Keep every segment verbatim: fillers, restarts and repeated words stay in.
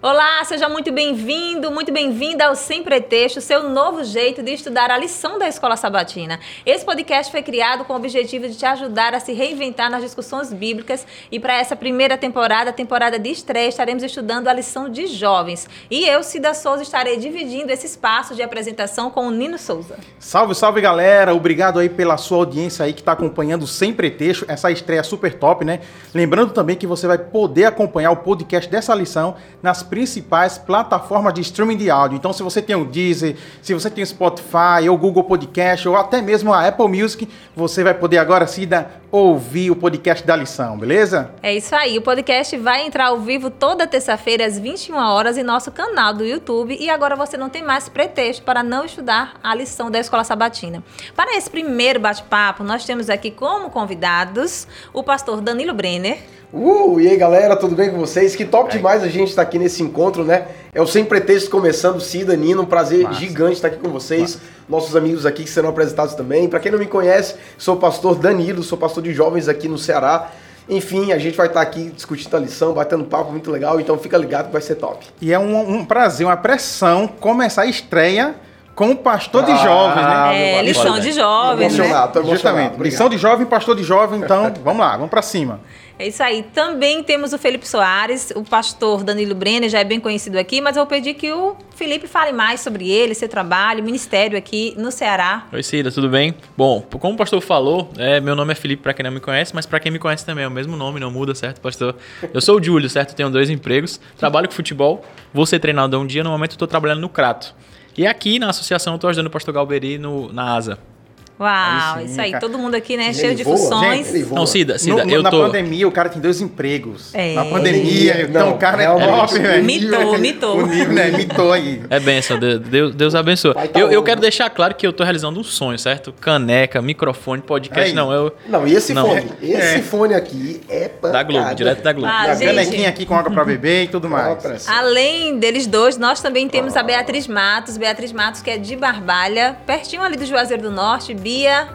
Olá, seja muito bem-vindo, muito bem-vinda ao Sem Pretexto, seu novo jeito de estudar a lição da Escola Sabatina. Esse podcast foi criado com o objetivo de te ajudar a se reinventar nas discussões bíblicas e para essa primeira temporada, temporada de estreia, estaremos estudando a lição de jovens. E eu, Cida Souza, estarei dividindo esse espaço de apresentação com o Nino Souza. Salve, salve, galera! Obrigado aí pela sua audiência aí que está acompanhando Sem Pretexto, essa estreia super top, né? Lembrando também que você vai poder acompanhar o podcast dessa lição nas principais plataformas de streaming de áudio. Então, se você tem o Deezer, se você tem o Spotify, ou Google Podcast, ou até mesmo a Apple Music, você vai poder agora, Cida, ouvir o podcast da lição, beleza? É isso aí. O podcast vai entrar ao vivo toda terça-feira às vinte e uma horas em nosso canal do YouTube. E agora você não tem mais pretexto para não estudar a lição da Escola Sabatina. Para esse primeiro bate-papo, nós temos aqui como convidados o pastor Danilo Brenner. Uh, e aí galera, tudo bem com vocês? Que top demais a gente estar aqui nesse encontro, né? É o Sem Pretexto começando, Cida, Nino, um prazer Massa. gigante estar aqui com vocês. Massa. Nossos amigos aqui que serão apresentados também. Para quem não me conhece, sou o pastor Danilo, sou pastor de jovens aqui no Ceará. Enfim, a gente vai estar aqui discutindo a lição, batendo papo muito legal, então fica ligado que vai ser top. E é um, um prazer, uma pressão começar a estreia com o pastor de Ah, jovens, né? É, lição de jovens, né? Emocionado, tô emocionado. Justamente, Obrigado. lição de jovem, pastor de jovem, então vamos lá, vamos pra cima. É isso aí. Também temos o Felipe Soares, o pastor Danilo Brenner, já é bem conhecido aqui, mas eu vou pedir que o Felipe fale mais sobre ele, seu trabalho, ministério aqui no Ceará. Oi, Cida, tudo bem? Bom, como o pastor falou, é, meu nome é Felipe, para quem não me conhece, mas para quem me conhece também é o mesmo nome, não muda, certo, pastor? Eu sou o Júlio, certo? Tenho dois empregos, trabalho com futebol, vou ser treinador um dia, no momento eu estou trabalhando no Crato. E aqui na associação eu estou ajudando o pastor Galberi no, na asa. Uau, Aí sim, isso aí, cara. todo mundo aqui, né, Ele cheio de voa, funções. gente, ele voa. Não, Cida, Cida, No- eu na tô... pandemia, o cara tem dois empregos. É. Na pandemia, então Não, o cara é realmente. top, velho. Mitou, mitou. O nível, né? Mitou aí. É bênção, Deus, Deus abençoe. Vai tá Eu, eu louco. quero deixar claro que eu tô realizando um sonho, certo? Caneca, microfone, podcast, Aí. não, eu... Não, e esse Não. fone? Esse É. fone aqui é pancada. Da Globo, direto da Globo. Ah, A gente. canequinha aqui com água pra beber e tudo mais. Além deles dois, nós também temos a Beatriz Matos. Beatriz Matos, que é de Barbalha, pertinho ali do Juazeiro do Norte. Bia...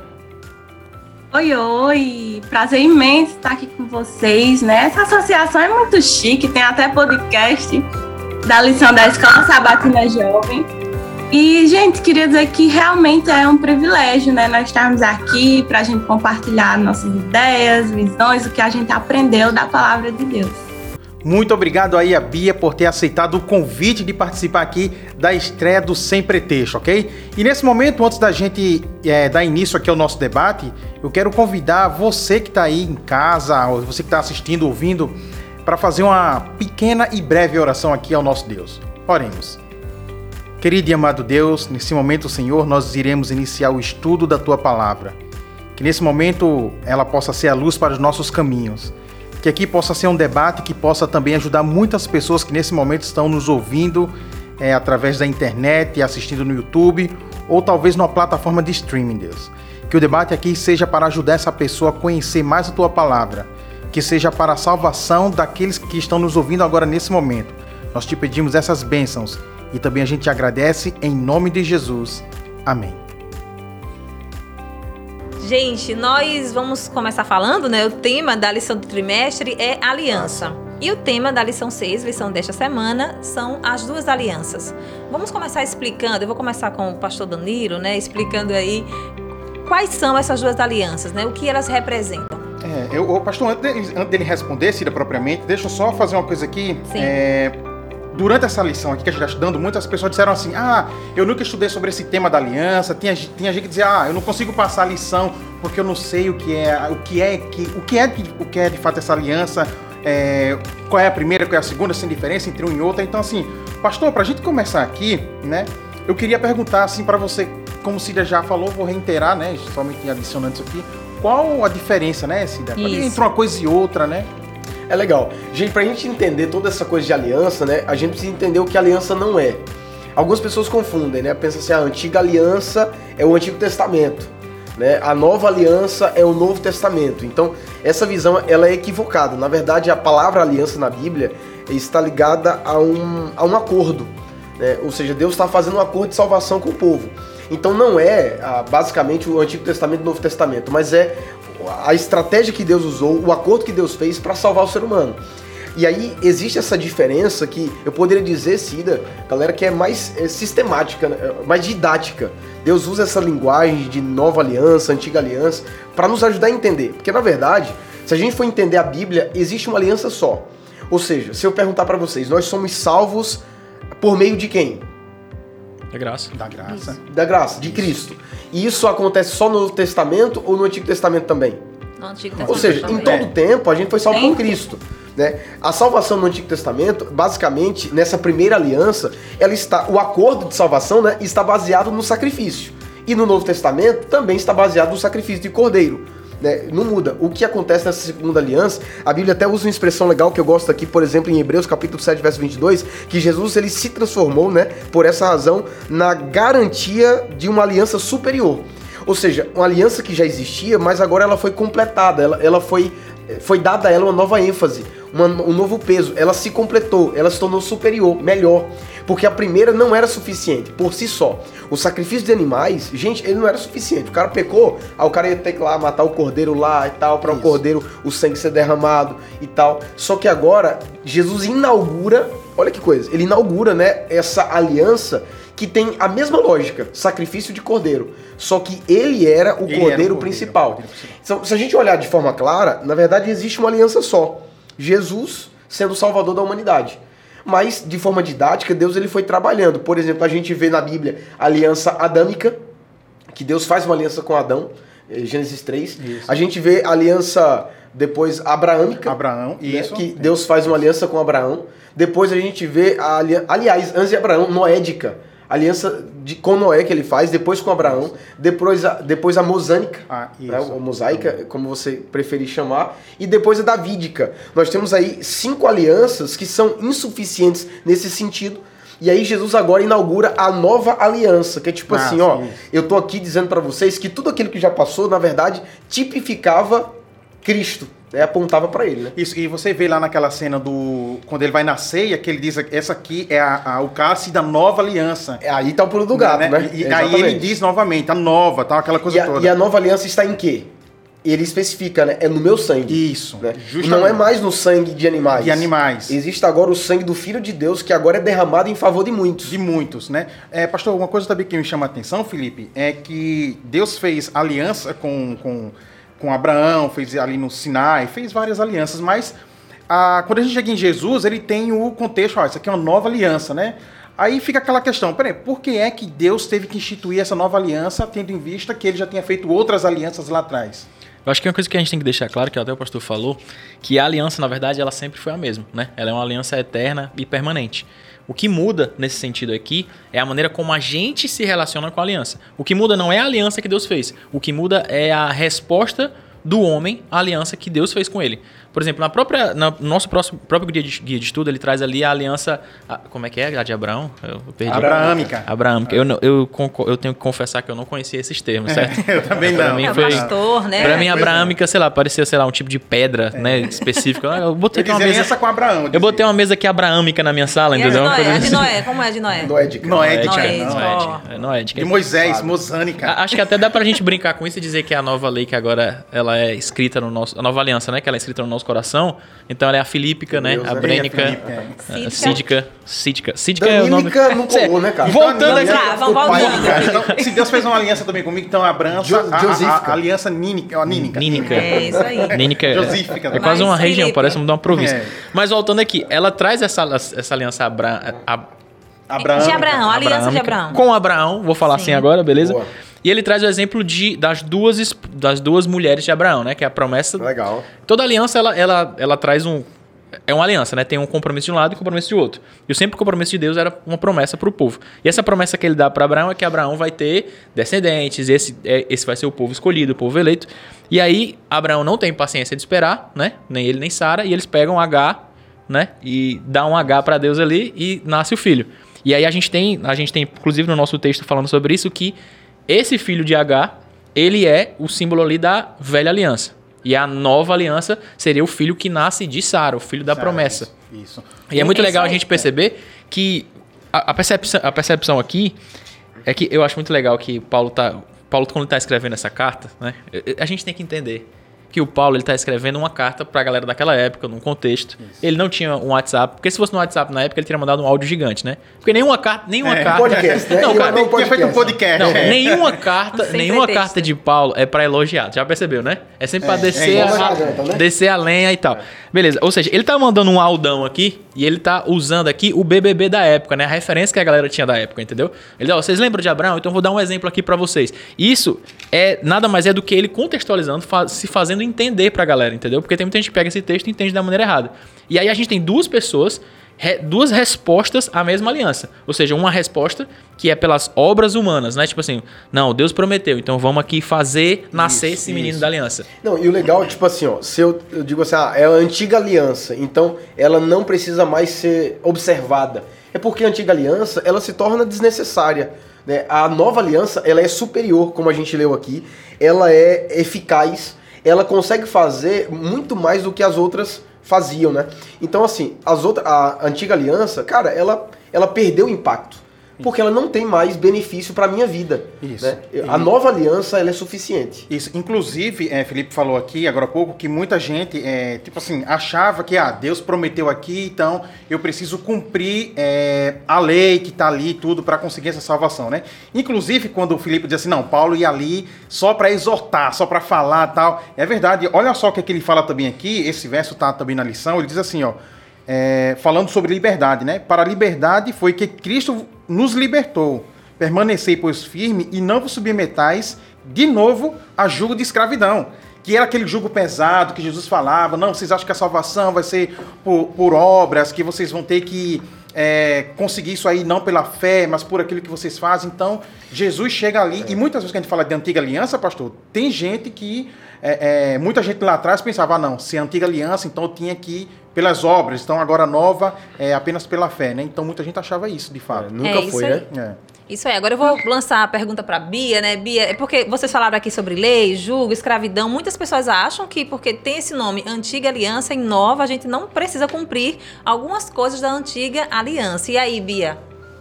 Oi, oi! Prazer imenso estar aqui com vocês, né? Essa associação é muito chique, tem até podcast da lição da Escola Sabatina Jovem. E, gente, queria dizer que realmente é um privilégio, né? Nós estarmos aqui para a gente compartilhar nossas ideias, visões, o que a gente aprendeu da Palavra de Deus. Muito obrigado aí a Bia por ter aceitado o convite de participar aqui da estreia do Sem Pretexto, ok? E nesse momento, antes da gente é, dar início aqui ao nosso debate, eu quero convidar você que está aí em casa, ou você que está assistindo, ouvindo, para fazer uma pequena e breve oração aqui ao nosso Deus. Oremos. Querido e amado Deus, nesse momento, Senhor, nós iremos iniciar o estudo da Tua Palavra. Que nesse momento ela possa ser a luz para os nossos caminhos. Que aqui possa ser um debate que possa também ajudar muitas pessoas que nesse momento estão nos ouvindo é, através da internet, assistindo no YouTube ou talvez numa plataforma de streaming, Deus. Que o debate aqui seja para ajudar essa pessoa a conhecer mais a Tua Palavra. Que seja para a salvação daqueles que estão nos ouvindo agora nesse momento. Nós te pedimos essas bênçãos e também a gente te agradece em nome de Jesus. Amém. Gente, nós vamos começar falando, né? O tema da lição do trimestre é aliança. E o tema da lição seis, lição desta semana, são as duas alianças. Vamos começar explicando, eu vou começar com o pastor Danilo, né? Explicando aí quais são essas duas alianças, né? O que elas representam. É, eu, o pastor, antes dele, antes dele responder, Cida, propriamente, deixa eu só fazer uma coisa aqui. Sim. É, durante essa lição aqui que a gente está estudando, muitas pessoas disseram assim, ah, eu nunca estudei sobre esse tema da aliança. Tinha, tinha gente que dizia, ah, eu não consigo passar a lição porque eu não sei o que é, o que é, que, o que é, o que é de fato essa aliança, é, qual é a primeira, qual é a segunda, sem diferença entre um e outra. Então, assim, pastor, para a gente começar aqui, né, eu queria perguntar assim para você, como Cida já falou, vou reiterar, né, somente adicionando isso aqui, qual a diferença, né, Cida? Entre uma coisa e outra, né? É legal. Gente, pra gente entender toda essa coisa de aliança, né, a gente precisa entender o que aliança não é. Algumas pessoas confundem, né? Pensam assim, a antiga aliança é o Antigo Testamento, né? A nova aliança é o Novo Testamento. Então, essa visão, ela é equivocada. Na verdade, a palavra aliança na Bíblia está ligada a um, a um acordo, né? Ou seja, Deus está fazendo um acordo de salvação com o povo. Então, não é ah, basicamente o Antigo Testamento e o Novo Testamento, mas é a estratégia que Deus usou, o acordo que Deus fez para salvar o ser humano. E aí existe essa diferença que eu poderia dizer, Cida, galera, que é mais é, sistemática, né? Mais didática. Deus usa essa linguagem de nova aliança, antiga aliança, para nos ajudar a entender. Porque, na verdade, se a gente for entender a Bíblia, existe uma aliança só. Ou seja, se eu perguntar para vocês, nós somos salvos por meio de quem? Da graça. Da graça. Isso. Da graça, de Cristo. E isso acontece só no Novo Testamento ou no Antigo Testamento também? No Antigo Ou seja, em todo É. tempo a gente foi salvo por Sempre. Cristo. Né? A salvação no Antigo Testamento, basicamente, nessa primeira aliança, ela está, o acordo de salvação, né, está baseado no sacrifício. E no Novo Testamento também está baseado no sacrifício de cordeiro. Né? Não muda. O que acontece nessa segunda aliança, a Bíblia até usa uma expressão legal que eu gosto aqui, por exemplo, em Hebreus capítulo sete, verso vinte e dois, que Jesus ele se transformou, né, por essa razão, na garantia de uma aliança superior. Ou seja, uma aliança que já existia, mas agora ela foi completada, ela, ela foi, foi dada a ela uma nova ênfase, uma, um novo peso, ela se completou, ela se tornou superior, melhor, porque a primeira não era suficiente, por si só. O sacrifício de animais, gente, ele não era suficiente, o cara pecou, aí o cara ia ter que ir lá matar o cordeiro lá e tal, para o cordeiro, o sangue ser derramado e tal, só que agora, Jesus inaugura, olha que coisa, ele inaugura, né, essa aliança que tem a mesma lógica, sacrifício de cordeiro, só que ele era o Ele era o cordeiro cordeiro, principal. o cordeiro principal. Então, se a gente olhar de forma clara, na verdade existe uma aliança só, Jesus sendo o salvador da humanidade. Mas, de forma didática, Deus ele foi trabalhando. Por exemplo, a gente vê na Bíblia a aliança adâmica, que Deus faz uma aliança com Adão, Gênesis três. Isso. A gente vê a aliança depois abraâmica, Abraão, né, isso. que Deus faz uma aliança com Abraão. Depois a gente vê a aliança, aliás, antes de Abraão, noédica, aliança de, com Noé que ele faz, depois com Abraão, depois a, depois a mosânica, Ah, isso. né, ou mosaica, como você preferir chamar, e depois a davídica. Nós temos aí cinco alianças que são insuficientes nesse sentido, e aí Jesus agora inaugura a nova aliança, que é tipo Ah, assim, ó, sim. eu tô aqui dizendo pra vocês que tudo aquilo que já passou, na verdade, tipificava Cristo, né, apontava pra ele, né? Isso, e você vê lá naquela cena do. Quando ele vai na ceia, que ele diz: essa aqui é a, a- o cálice da nova aliança. É, aí tá o pulo do gato, né? E, e aí ele Exatamente. diz novamente, a nova, tal, aquela coisa E a, toda. e a nova aliança está em quê? Ele especifica, né? É no meu sangue. Isso, Né? justamente. Não é mais no sangue de animais. De animais. Existe agora o sangue do Filho de Deus, que agora é derramado em favor de muitos. De muitos, né? É, pastor, uma coisa também que me chama a atenção, Felipe, é que Deus fez aliança com, com, com Abraão, fez ali no Sinai, fez várias alianças, mas ah, quando a gente chega em Jesus, ele tem o contexto, ó, isso aqui é uma nova aliança, né? Aí fica aquela questão, peraí, por que é que Deus teve que instituir essa nova aliança, tendo em vista que ele já tinha feito outras alianças lá atrás? Eu acho que é uma coisa que a gente tem que deixar claro, que até o pastor falou, que a aliança, na verdade, ela sempre foi a mesma, né? Ela é uma aliança eterna e permanente. O que muda nesse sentido aqui é a maneira como a gente se relaciona com a aliança. O que muda não é a aliança que Deus fez. O que muda é a resposta do homem à aliança que Deus fez com ele. Por exemplo, na própria, na- no nosso próximo, próprio guia de, guia de estudo, ele traz ali a aliança... a- como é que é? A de Abraão? Eu perdi. Abraâmica. Abraâmica. Eu, não- eu, conco- eu tenho que confessar que eu não conhecia esses termos, certo? Eu também Pra não. mim É o foi- pastor, né? Pra mim, pois abraâmica, sei lá, parecia, sei lá, um tipo de pedra, né, específica. Eu botei Eu aqui uma dizia mesa... aliança com Abraão. Eu botei uma mesa aqui abraâmica na minha sala, E a de entendeu? Uma Noé? coisa A de assim. Noé? Como é a de Noé? Noédica. Noédica. Noédica. Noédica. É Noédica. De Moisés, Sabe. mosânica. A- Acho que até dá pra gente brincar com isso e dizer que a nova lei que agora ela é escrita no nosso... A nova aliança, né? Que ela é escrita no nosso coração. Então ela é a filípica, né? Deus, A né? brênica. Filipe, é. A Sídica. sídica. Sídica. Sídica é o nome... Danílica não colou, né, cara? Voltando aqui. Tá, vamos Pai, voltando. cara, então, se Deus fez uma aliança também comigo, então abrança Jo- a, a- Josífica. a aliança nínica. A nínica. Nínica. É isso aí. Nínica é, Josífica. é quase uma Mas, região, Felipe- parece mudar uma província. É. Mas voltando aqui, ela traz essa, essa aliança Abra... a- Abraão. De Abraão, a aliança de abraâmica Abraão. com Abraão, vou falar Sim. assim agora, beleza? Boa. E ele traz o exemplo de, das, duas, es- das duas mulheres de Abraão, né? Que é a promessa. Legal. Toda aliança, ela, ela, ela traz um... É uma aliança, né? Tem um compromisso de um lado e um compromisso de outro. E sempre o compromisso de Deus era uma promessa para o povo. E essa promessa que ele dá para Abraão é que Abraão vai ter descendentes, esse, é, esse vai ser o povo escolhido, o povo eleito. E aí, Abraão não tem paciência de esperar, né? Nem ele, nem Sara. E eles pegam H, né? E dão um H para Deus ali e nasce o filho. E aí a gente tem, a gente tem, inclusive no nosso texto falando sobre isso, que esse filho de H, ele é o símbolo ali da velha aliança. E a nova aliança seria o filho que nasce de Sara, o filho da Certo, promessa. Isso. isso. E é muito Isso legal a aí. gente perceber que a, a, percepção, a percepção aqui é que eu acho muito legal que Paulo tá, Paulo quando está escrevendo essa carta, né? A gente tem que entender que o Paulo ele tá escrevendo uma carta pra galera daquela época, num contexto. Isso. Ele não tinha um WhatsApp, porque se fosse no WhatsApp na época, ele teria mandado um áudio gigante, né? Porque nenhuma carta... Nenhuma é, carta... podcast, né? Não, cara, não tinha feito um podcast. Não, é. nenhuma carta, nenhuma carta de Paulo é pra elogiar. Já percebeu, né? É sempre pra é, descer, é, a, garganta, né? descer a lenha e tal. É. Beleza, ou seja, ele tá mandando um Aldão aqui e ele tá usando aqui o B B B da época, né? A referência que a galera tinha da época, entendeu? Ele, ó, vocês lembram de Abraão? Então eu vou dar um exemplo aqui pra vocês. Isso é nada mais é do que ele contextualizando, fa- se fazendo entender pra galera, entendeu? Porque tem muita gente que pega esse texto e entende da maneira errada. E aí a gente tem duas pessoas, re- duas respostas à mesma aliança. Ou seja, uma resposta que é pelas obras humanas, né? Tipo assim, não, Deus prometeu, então vamos aqui fazer nascer isso, esse menino isso. da aliança. Não, e o legal, tipo assim, ó, se eu, eu digo assim, ah, é a antiga aliança, então ela não precisa mais ser observada. É porque a antiga aliança, ela se torna desnecessária, né? A nova aliança, ela é superior, como a gente leu aqui, ela é eficaz, ela consegue fazer muito mais do que as outras faziam, né? Então, assim, as outras, a antiga aliança, cara, ela, ela perdeu impacto. Porque ela não tem mais benefício para a minha vida. Isso. Né? A nova aliança, ela é suficiente. Isso. Inclusive, é, Felipe falou aqui, agora há pouco, que muita gente, é, tipo assim, achava que, ah, Deus prometeu aqui, então eu preciso cumprir é, a lei que está ali, tudo, para conseguir essa salvação, né? Inclusive, quando o Felipe diz assim, não, Paulo ia ali só para exortar, só para falar e tal. É verdade. Olha só o que, é que ele fala também aqui, esse verso está também na lição, ele diz assim, ó, É, falando sobre liberdade, né? Para a liberdade foi que Cristo nos libertou. Permanecei, pois, firme e não vos submetais de novo a jugo de escravidão. Que era aquele jugo pesado que Jesus falava. Não, vocês acham que a salvação vai ser por, por obras, que vocês vão ter que é, conseguir isso aí não pela fé, mas por aquilo que vocês fazem. Então, Jesus chega ali, é. E muitas vezes que a gente fala de antiga aliança, pastor, tem gente que, é, é, muita gente lá atrás pensava, ah, não, se é antiga aliança, então eu tinha que pelas obras, então agora nova é apenas pela fé, né? Então muita gente achava isso, de fato. É, nunca é, foi, aí. né? É. Isso aí. Agora eu vou lançar a pergunta para Bia, né? Bia, é porque vocês falaram aqui sobre lei, jugo, escravidão. Muitas pessoas acham que porque tem esse nome antiga aliança e nova, a gente não precisa cumprir algumas coisas da antiga aliança. E aí, Bia?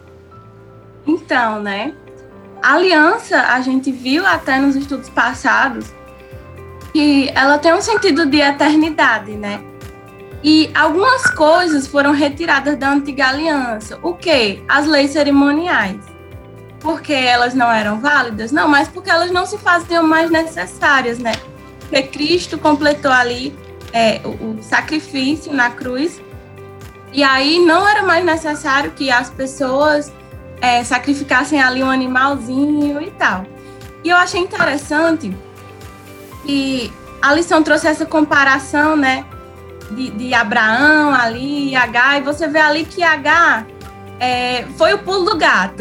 Então, né? A aliança, a gente viu até nos estudos passados que ela tem um sentido de eternidade, né? E algumas coisas foram retiradas da antiga aliança. O quê? As leis cerimoniais. Porque elas não eram válidas? Não, mas porque elas não se faziam mais necessárias, né? Porque Cristo completou ali é, o, o sacrifício na cruz. E aí não era mais necessário que as pessoas é, sacrificassem ali um animalzinho e tal. E eu achei interessante que a lição trouxe essa comparação, né? De, de Abraão ali e H, e você vê ali que H é, foi o pulo do gato.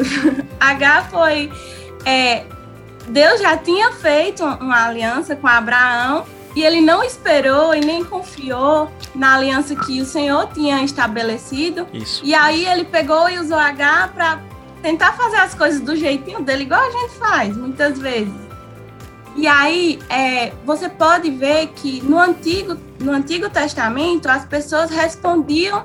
H foi... É, Deus já tinha feito uma aliança com Abraão e ele não esperou e nem confiou na aliança que o Senhor tinha estabelecido. Isso. E aí ele pegou e usou H para tentar fazer as coisas do jeitinho dele, igual a gente faz, muitas vezes. E aí, é, você pode ver que no Antigo, no Antigo Testamento, as pessoas respondiam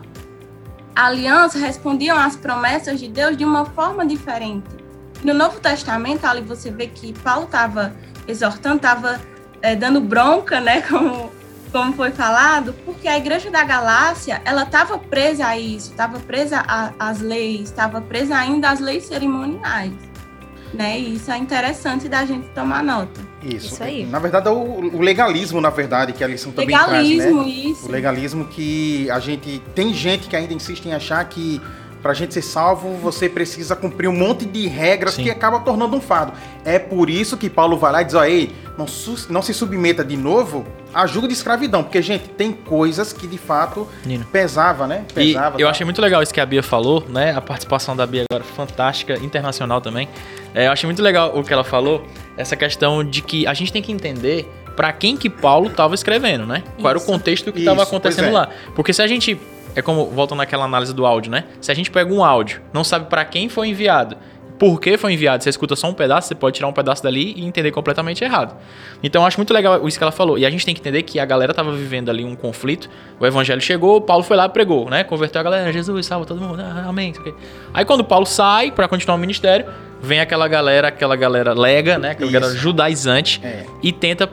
a aliança, respondiam às promessas de Deus de uma forma diferente. No Novo Testamento, ali você vê que Paulo estava exortando, estava é, dando bronca, né, como, como foi falado, porque a igreja da Galácia, ela estava presa a isso, estava presa às leis, estava presa ainda às leis cerimoniais. Né? E isso é interessante da gente tomar nota. Isso, isso aí. Na verdade, é o, o legalismo, na verdade, que a lição também legalismo, traz, né? Isso. O legalismo que a gente... Tem gente que ainda insiste em achar que pra gente ser salvo, você precisa cumprir um monte de regras. Sim. Que acaba tornando um fardo. É por isso que Paulo vai lá e diz, ó, ei, não, não se submeta de novo a jugo de escravidão, porque, gente, tem coisas que, de fato, Nino. pesava, né? Pesava. E eu achei muito legal isso que a Bia falou, né? A participação da Bia agora fantástica, internacional também. É, eu achei muito legal o que ela falou, essa questão de que a gente tem que entender para quem que Paulo estava escrevendo, né? Qual isso. era o contexto que estava acontecendo é. lá. Porque se a gente... É como, voltando naquela análise do áudio, né? Se a gente pega um áudio, não sabe para quem foi enviado, por que foi enviado, você escuta só um pedaço, você pode tirar um pedaço dali e entender completamente errado. Então eu acho muito legal isso que ela falou. E a gente tem que entender que a galera tava vivendo ali um conflito, o evangelho chegou, Paulo foi lá e pregou, né? Converteu a galera, Jesus salva todo mundo, ah, amém. Okay. Aí quando Paulo sai para continuar o ministério, vem aquela galera, aquela galera lega, né? Aquela isso. galera judaizante é. e tenta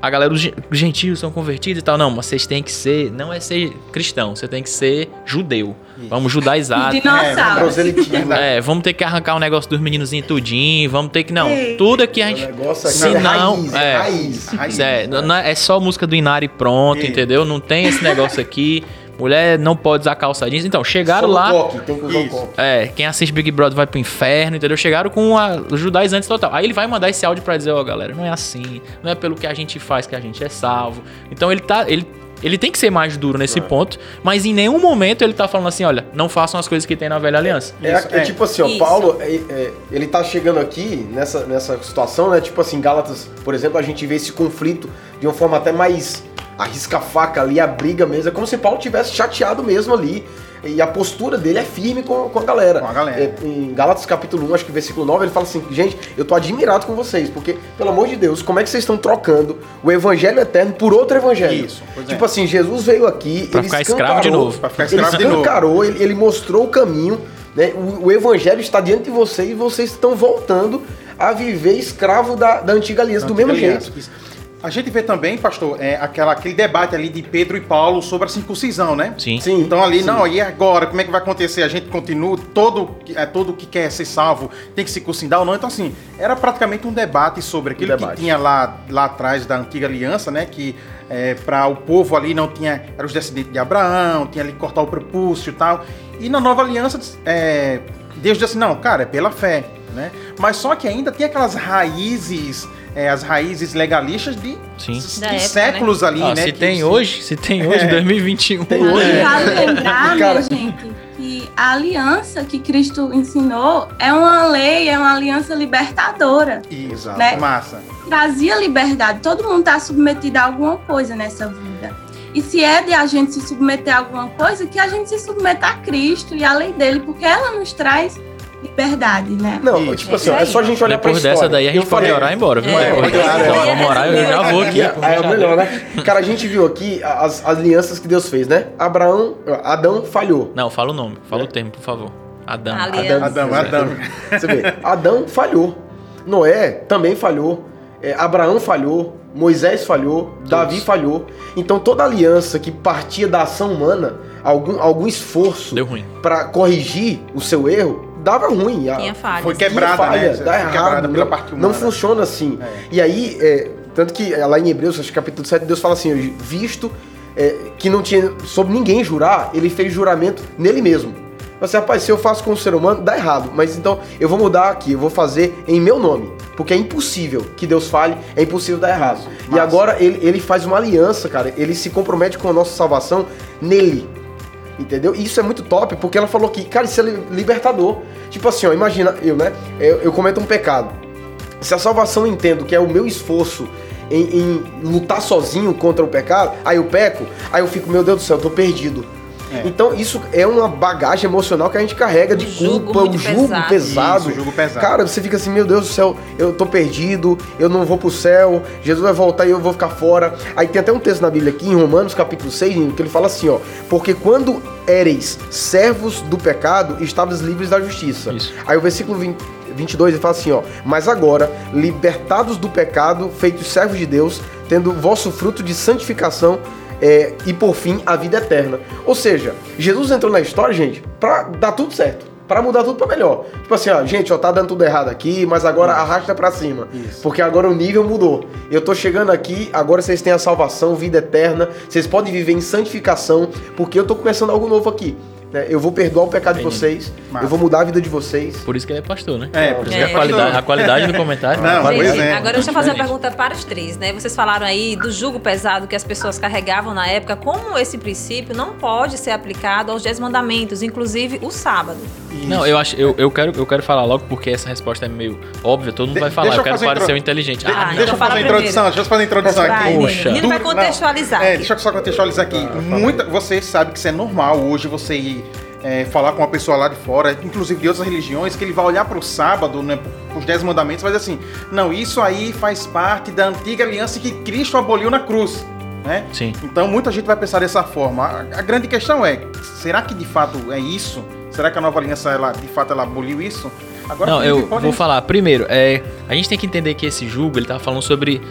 a galera, os gentios são convertidos e tal. Não, mas vocês têm que ser, não é ser cristão, você tem que ser judeu. Isso. Vamos judaizar. Dinossauro. É, é, vamos ter que arrancar o negócio dos meninozinhos tudinho, vamos ter que, não, Ei. tudo aqui a gente... O negócio aqui se é não, raiz, é, raiz. raiz. É, não é, é só música do Inari pronto, Isso. entendeu? Não tem esse negócio aqui... Mulher não pode usar calça jeans. Então, chegaram Só no lá... coque, tem que usar o Isso. coque. É, quem assiste Big Brother vai pro inferno, entendeu? Chegaram com a, os judaizantes total. Aí ele vai mandar esse áudio pra dizer, ó, oh, galera, não é assim. Não é pelo que a gente faz que a gente é salvo. Então ele tá... Ele, ele tem que ser mais duro nesse É. ponto, mas em nenhum momento ele tá falando assim, olha, não façam as coisas que tem na velha aliança. É, Isso, é é. tipo assim, ó, Isso. Paulo, é, é, ele tá chegando aqui nessa, nessa situação, né? Tipo assim, Gálatas, por exemplo, a gente vê esse conflito de uma forma até mais arrisca-faca ali, a briga mesmo. É como se Paulo tivesse chateado mesmo ali. E a postura dele é firme com, com a galera. Com a galera. É, em Gálatas capítulo um, acho que versículo nove, ele fala assim, gente, eu tô admirado com vocês, porque, pelo amor de Deus, como é que vocês estão trocando o evangelho eterno por outro evangelho? Isso, pois Tipo é. assim, Jesus veio aqui, Pra ele ficar escravo de escancarou- novo. Pra ficar ele escravo de novo. escancarou, ele, ele mostrou o caminho, né? O, o evangelho está diante de vocês e vocês estão voltando a viver escravo da, da antiga aliança, do mesmo Aliás, jeito. isso. A gente vê também, pastor, é, aquela, aquele debate ali de Pedro e Paulo sobre a circuncisão, né? Sim. Sim. Então ali, sim. não, e agora? Como é que vai acontecer? A gente continua, todo, é, todo que quer ser salvo tem que circuncidar ou não? Então assim, era praticamente um debate sobre aquilo Um que debate. tinha lá, lá atrás da antiga aliança, né? Que é, para o povo ali não tinha, eram os descendentes de Abraão, tinha ali que cortar o prepúcio e tal. E na nova aliança, é, Deus disse assim, não, cara, é pela fé, né? Mas só que ainda tem aquelas raízes... É, as raízes legalistas de, Sim. de Da época, séculos ali, Ah, né? se que tem se- hoje, se tem hoje, É. dois mil e vinte e um. Tem hoje. E É. vale lembrar, Cara- minha gente, que a aliança que Cristo ensinou é uma lei, é uma aliança libertadora. Exato, Né? massa. Trazia liberdade. Todo mundo está submetido a alguma coisa nessa vida. E se é de a gente se submeter a alguma coisa, que a gente se submeta a Cristo e à lei dele, porque ela nos traz liberdade, né? Não, Isso. tipo assim, É ó, isso é só a gente olhar pra Depois história. dessa daí a gente Eu pode falei- orar e ir embora, viu? É, Depois claro, dessa, é. então, vamos orar, eu já vou aqui. Aí é o melhor, né? Cara, a gente viu aqui as, as alianças que Deus fez, né? Abraão, Adão falhou. Não, fala o nome, fala o termo, por favor. Adão. Aliança. Adão, Adão. Você vê, Adão falhou. Noé também falhou. É, Abraão falhou. Moisés falhou. Davi falhou. Então toda aliança que partia da ação humana, algum, algum esforço Deu ruim. para corrigir o seu erro, dava ruim. A- Tinha falhas. Foi Tinha quebrada, falha, né? dá Foi errado, quebrada pela não, parte humana. não funciona assim. É. E aí, é, tanto que é, lá em Hebreus, acho que capítulo sete, Deus fala assim, visto é, que não tinha sobre ninguém jurar, ele fez juramento nele mesmo. Mas, rapaz, se eu faço com o ser humano, dá errado. Mas então, eu vou mudar aqui, eu vou fazer em meu nome. Porque é impossível que Deus fale, é impossível dar errado. E Massa. agora, ele, ele faz uma aliança, cara. Ele se compromete com a nossa salvação nele. Entendeu? E isso é muito top, porque ela falou que, cara, isso é li- libertador. Tipo assim, ó, imagina, eu, né? Eu, eu cometo um pecado. Se a salvação eu entendo que é o meu esforço em, em lutar sozinho contra o pecado, aí eu peco, aí eu fico, meu Deus do céu, eu tô perdido. É. Então isso é uma bagagem emocional que a gente carrega de Um jugo culpa, muito um jugo pesado. pesado. Isso, jugo pesado. Cara, você fica assim, meu Deus do céu, eu tô perdido, eu não vou pro céu, Jesus vai voltar e eu vou ficar fora. Aí tem até um texto na Bíblia aqui, em Romanos capítulo seis, que ele fala assim, ó, porque quando éreis servos do pecado, estavas livres da justiça. Isso. Aí o versículo vinte, vinte e dois ele fala assim, ó, mas agora, libertados do pecado, feitos servos de Deus, tendo vosso fruto de santificação, é, e por fim a vida eterna. Ou seja, Jesus entrou na história, gente, pra dar tudo certo, pra mudar tudo pra melhor. Tipo assim, ó, gente, ó, tá dando tudo errado aqui, mas agora arrasta pra cima. Isso. Porque agora o nível mudou. Eu tô chegando aqui, agora vocês têm a salvação, vida eterna, vocês podem viver em santificação, porque eu tô começando algo novo aqui. Né? Eu vou perdoar o pecado de Entendi. vocês, Massa. eu vou mudar a vida de vocês. Por isso que ele é pastor, né? É, por isso que É. é A qualidade, pastor. a qualidade do comentário. Não, a pois qualidade. é. Agora deixa eu fazer uma Diferente. pergunta para os três, né? Vocês falaram aí do jugo pesado que as pessoas carregavam na época, como esse princípio não pode ser aplicado aos dez mandamentos, inclusive o sábado. Não, eu acho, eu, eu, quero, eu quero falar logo porque essa resposta é meio óbvia, todo mundo De- vai falar, deixa eu eu quero fazer a parecer intro- o inteligente. De- Ah, então deixa eu fala fazer a primeiro. introdução, deixa eu fazer a introdução Vai, aqui. Poxa. Nino vai Do- contextualizar. É, aqui. deixa eu só contextualizar aqui. Muita, você sabe que isso é normal hoje, você ir é, falar com uma pessoa lá de fora, inclusive de outras religiões, que ele vai olhar para o sábado, né, os dez mandamentos, e vai dizer assim, não, isso aí faz parte da antiga aliança que Cristo aboliu na cruz. Né? Sim. Então muita gente vai pensar dessa forma. A, a grande questão é, será que de fato é isso? Será que a nova aliança, ela, de fato, ela aboliu isso? Agora, Não, Felipe, eu pode- vou falar. Primeiro, é, a gente tem que entender que esse jugo, ele tava falando sobre,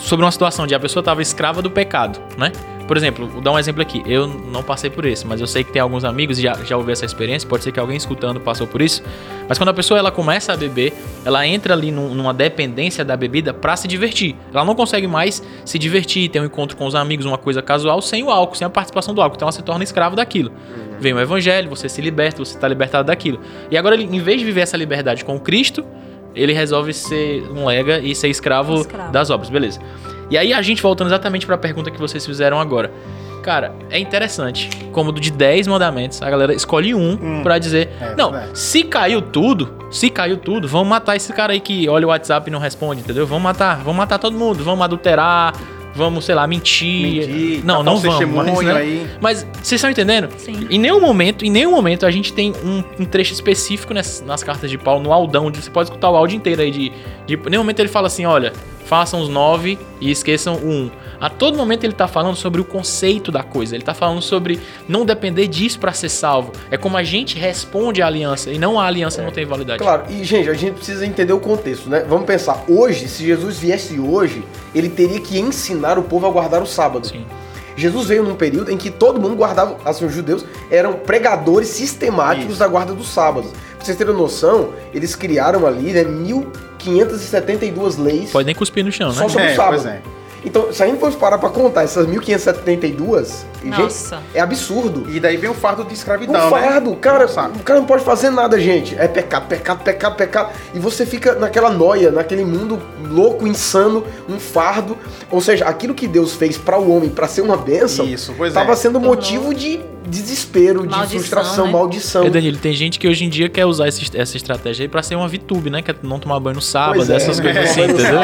sobre uma situação de a pessoa estava escrava do pecado, né? Por exemplo, vou dar um exemplo aqui. Eu não passei por esse, mas eu sei que tem alguns amigos e já, já ouvi essa experiência. Pode ser que alguém escutando passou por isso. Mas quando a pessoa ela começa a beber, ela entra ali num, numa dependência da bebida para se divertir. Ela não consegue mais se divertir, ter um encontro com os amigos, uma coisa casual, sem o álcool, sem a participação do álcool. Então ela se torna escrava daquilo. Uhum. Vem o evangelho, você se liberta, você está libertado daquilo. E agora, ele, em vez de viver essa liberdade com Cristo, ele resolve ser um lega e ser escravo, escravo das obras, beleza. E aí a gente voltando exatamente para a pergunta que vocês fizeram agora. Cara, é interessante como de dez mandamentos a galera escolhe um hum, para dizer, é, não, é. se caiu tudo, se caiu tudo, vamos matar esse cara aí que olha o WhatsApp e não responde, entendeu? Vamos matar, vamos matar todo mundo, vamos adulterar, vamos, sei lá, mentir. mentir não, não vamos. Mas, né? aí. mas vocês estão entendendo? Sim. Em nenhum momento, em nenhum momento a gente tem um, um trecho específico nas, nas cartas de Paulo, no Aldão, onde você pode escutar o áudio inteiro aí de, de... Em nenhum momento ele fala assim, olha, façam os nove e esqueçam o um. A todo momento ele tá falando sobre o conceito da coisa. Ele tá falando sobre não depender disso para ser salvo. É como a gente responde à aliança e não a aliança é. não tem validade. Claro, e gente, a gente precisa entender o contexto, né? Vamos pensar, hoje, se Jesus viesse hoje, ele teria que ensinar o povo a guardar o sábado. Sim. Jesus veio num período em que todo mundo guardava, assim, os judeus eram pregadores sistemáticos Isso. da guarda do sábado. Pra vocês terem noção, eles criaram ali, né, mil quinhentas e setenta e duas leis. Pode nem cuspir no chão, né? Só sobre é, o sábado. Pois é. Então, se a gente fosse parar pra contar essas mil quinhentas e setenta e duas, gente, é absurdo. E daí vem o fardo de escravidão, o fardo, né? cara, o cara não pode fazer nada, gente. É pecado, pecado, pecado, pecado. E você fica naquela noia, naquele mundo louco, insano, um fardo. Ou seja, aquilo que Deus fez para o homem, para ser uma bênção, Isso, pois tava é. sendo motivo de desespero, maldição, de frustração, né? maldição. É, Danilo, tem gente que hoje em dia quer usar esse, essa estratégia aí pra ser uma VTube, né? Quer não tomar banho no sábado, Pois é, essas é, coisas é, assim, é, entendeu?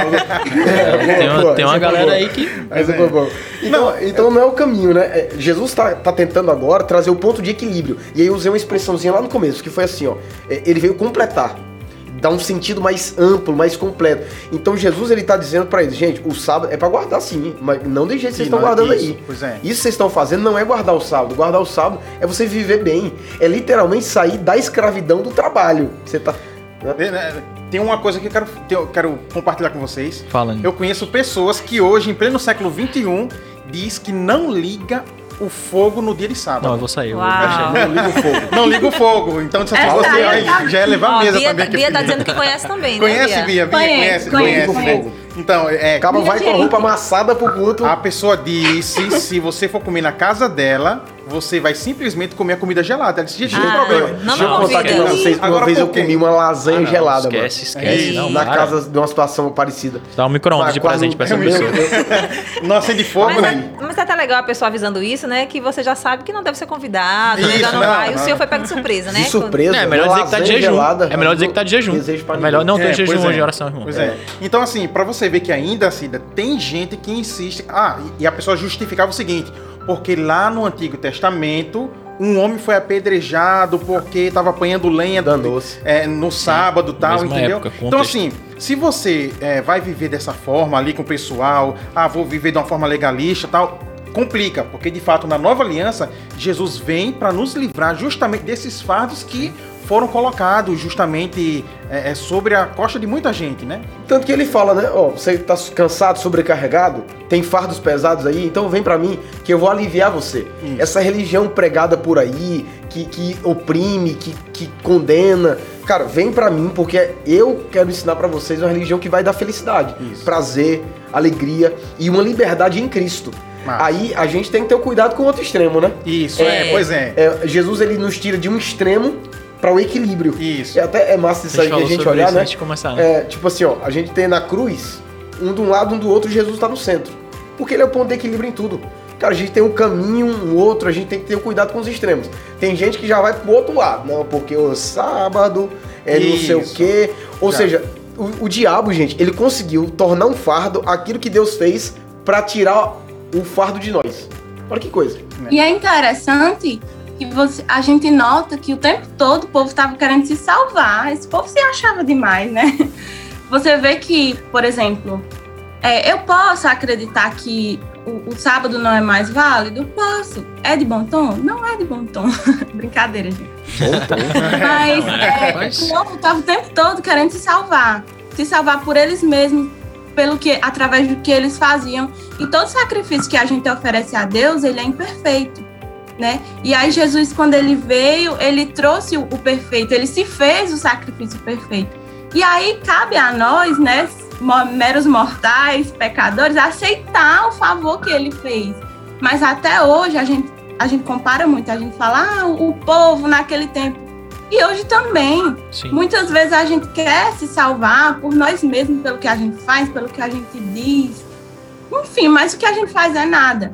É, tem uma, boa, tem uma essa galera foi aí que... Mas é bom. Então, não, então não é o caminho, né? É, Jesus tá, tá tentando agora trazer o ponto de equilíbrio. E aí eu usei uma expressãozinha lá no começo, que foi assim, ó. É, ele veio completar. Dar um sentido mais amplo, mais completo. Então Jesus, ele tá dizendo pra eles, gente, o sábado é pra guardar sim, mas não de jeito que vocês estão guardando isso, aí. Pois é. Isso que vocês estão fazendo não é guardar o sábado. Guardar o sábado é você viver bem. É literalmente sair da escravidão do trabalho. Você tá... Né? Tem uma coisa que eu quero, eu quero compartilhar com vocês. Fala. Eu conheço pessoas que hoje, em pleno século vinte e um, diz que não liga o fogo no dia de sábado. Não, eu vou sair. Eu vou Uau. Não liga o fogo. Não liga o fogo. Então, se É, você tá, aí, tá. já ia levar a Ó, mesa Bia, também. tá, que Bia tá dizendo que conhece também, Conhece, né, Bia? Bia? Bia Conhece, conhece, conhece, conhece. conhece. Então, é, Acaba vai com a gente. roupa amassada pro culto. a pessoa disse, se você for comer na casa dela, você vai simplesmente comer a comida gelada. Ela disse, gente, não tem Ah, problema. não Deixa eu me contar aqui convida. pra vocês. Uma Agora, vez por eu quê? comi uma lasanha Ah, não, gelada, esquece, mano. esquece. É, Não, Na para. casa de uma situação parecida. Dá um micro-ondas de Quase- presente pra essa eu- pessoa. eu- Não acende fogo, Mas né? é, mas é até legal a pessoa avisando isso, né? Que você já sabe que não deve ser convidado, né? Isso, Já não, não, vai. não. O senhor foi pego de surpresa, né? De surpresa. É, é melhor uma dizer que tá de lasanha jejum. gelada, É melhor dizer que tá de jejum. desejo pra É melhor não ter É, jejum pois hoje é. de oração, irmão. Pois é. Então, assim, pra você ver que ainda, Cida, tem gente que insiste... Ah, e a pessoa justificava o seguinte, porque lá no Antigo Testamento, um homem foi apedrejado porque estava apanhando lenha Danou-se. é, no sábado e tal, Mesma entendeu? época, Então, contexto. assim, se você é, vai viver dessa forma ali com o pessoal, ah, vou viver de uma forma legalista e tal... Complica, porque de fato na nova aliança Jesus vem para nos livrar justamente desses fardos que foram colocados justamente é, é, sobre a costa de muita gente, né? Tanto que ele fala, né? Ó, você tá cansado, sobrecarregado, tem fardos pesados aí, então vem pra mim que eu vou aliviar você. Isso. Essa religião pregada por aí, que, que oprime, que, que condena, cara, vem pra mim porque eu quero ensinar pra vocês uma religião que vai dar felicidade, Isso. prazer, alegria e uma liberdade em Cristo. Massa. Aí a gente tem que ter o cuidado com o outro extremo, né? Isso, é, É. pois é. É, Jesus, ele nos tira de um extremo para o equilíbrio. Isso. É até é massa isso A aí gente que a falou gente sobre olhar, isso né? antes de começar, né? É, tipo assim, ó, a gente tem na cruz, um de um lado, um do outro, Jesus está no centro. Porque ele é o ponto de equilíbrio em tudo. Cara, a gente tem um caminho, um outro, a gente tem que ter cuidado com os extremos. Tem gente que já vai pro outro lado. Não, porque o sábado é não sei o Isso. quê. Ou Já. seja, o, o diabo, gente, ele conseguiu tornar um fardo aquilo que Deus fez para tirar o fardo de nós. Olha que coisa. E é interessante que você, a gente nota que o tempo todo o povo estava querendo se salvar. Esse povo se achava demais, né? Você vê que, por exemplo, é, eu posso acreditar que o, o sábado não é mais válido? Posso. É de bom tom? Não é de bom tom. Brincadeira, gente. Mas, é, Mas- o povo estava o tempo todo querendo se salvar. Se salvar por eles mesmos, pelo que, através do que eles faziam. E todo sacrifício que a gente oferece a Deus, ele é imperfeito, né? E aí Jesus, quando ele veio, ele trouxe o, o perfeito, ele se fez o sacrifício perfeito. E aí cabe a nós, né, meros mortais, pecadores, aceitar o favor que ele fez. Mas até hoje a gente, a gente compara muito, a gente fala, ah, o povo naquele tempo. E hoje também. Sim. Muitas vezes a gente quer se salvar por nós mesmos, pelo que a gente faz, pelo que a gente diz. Enfim, mas o que a gente faz é nada.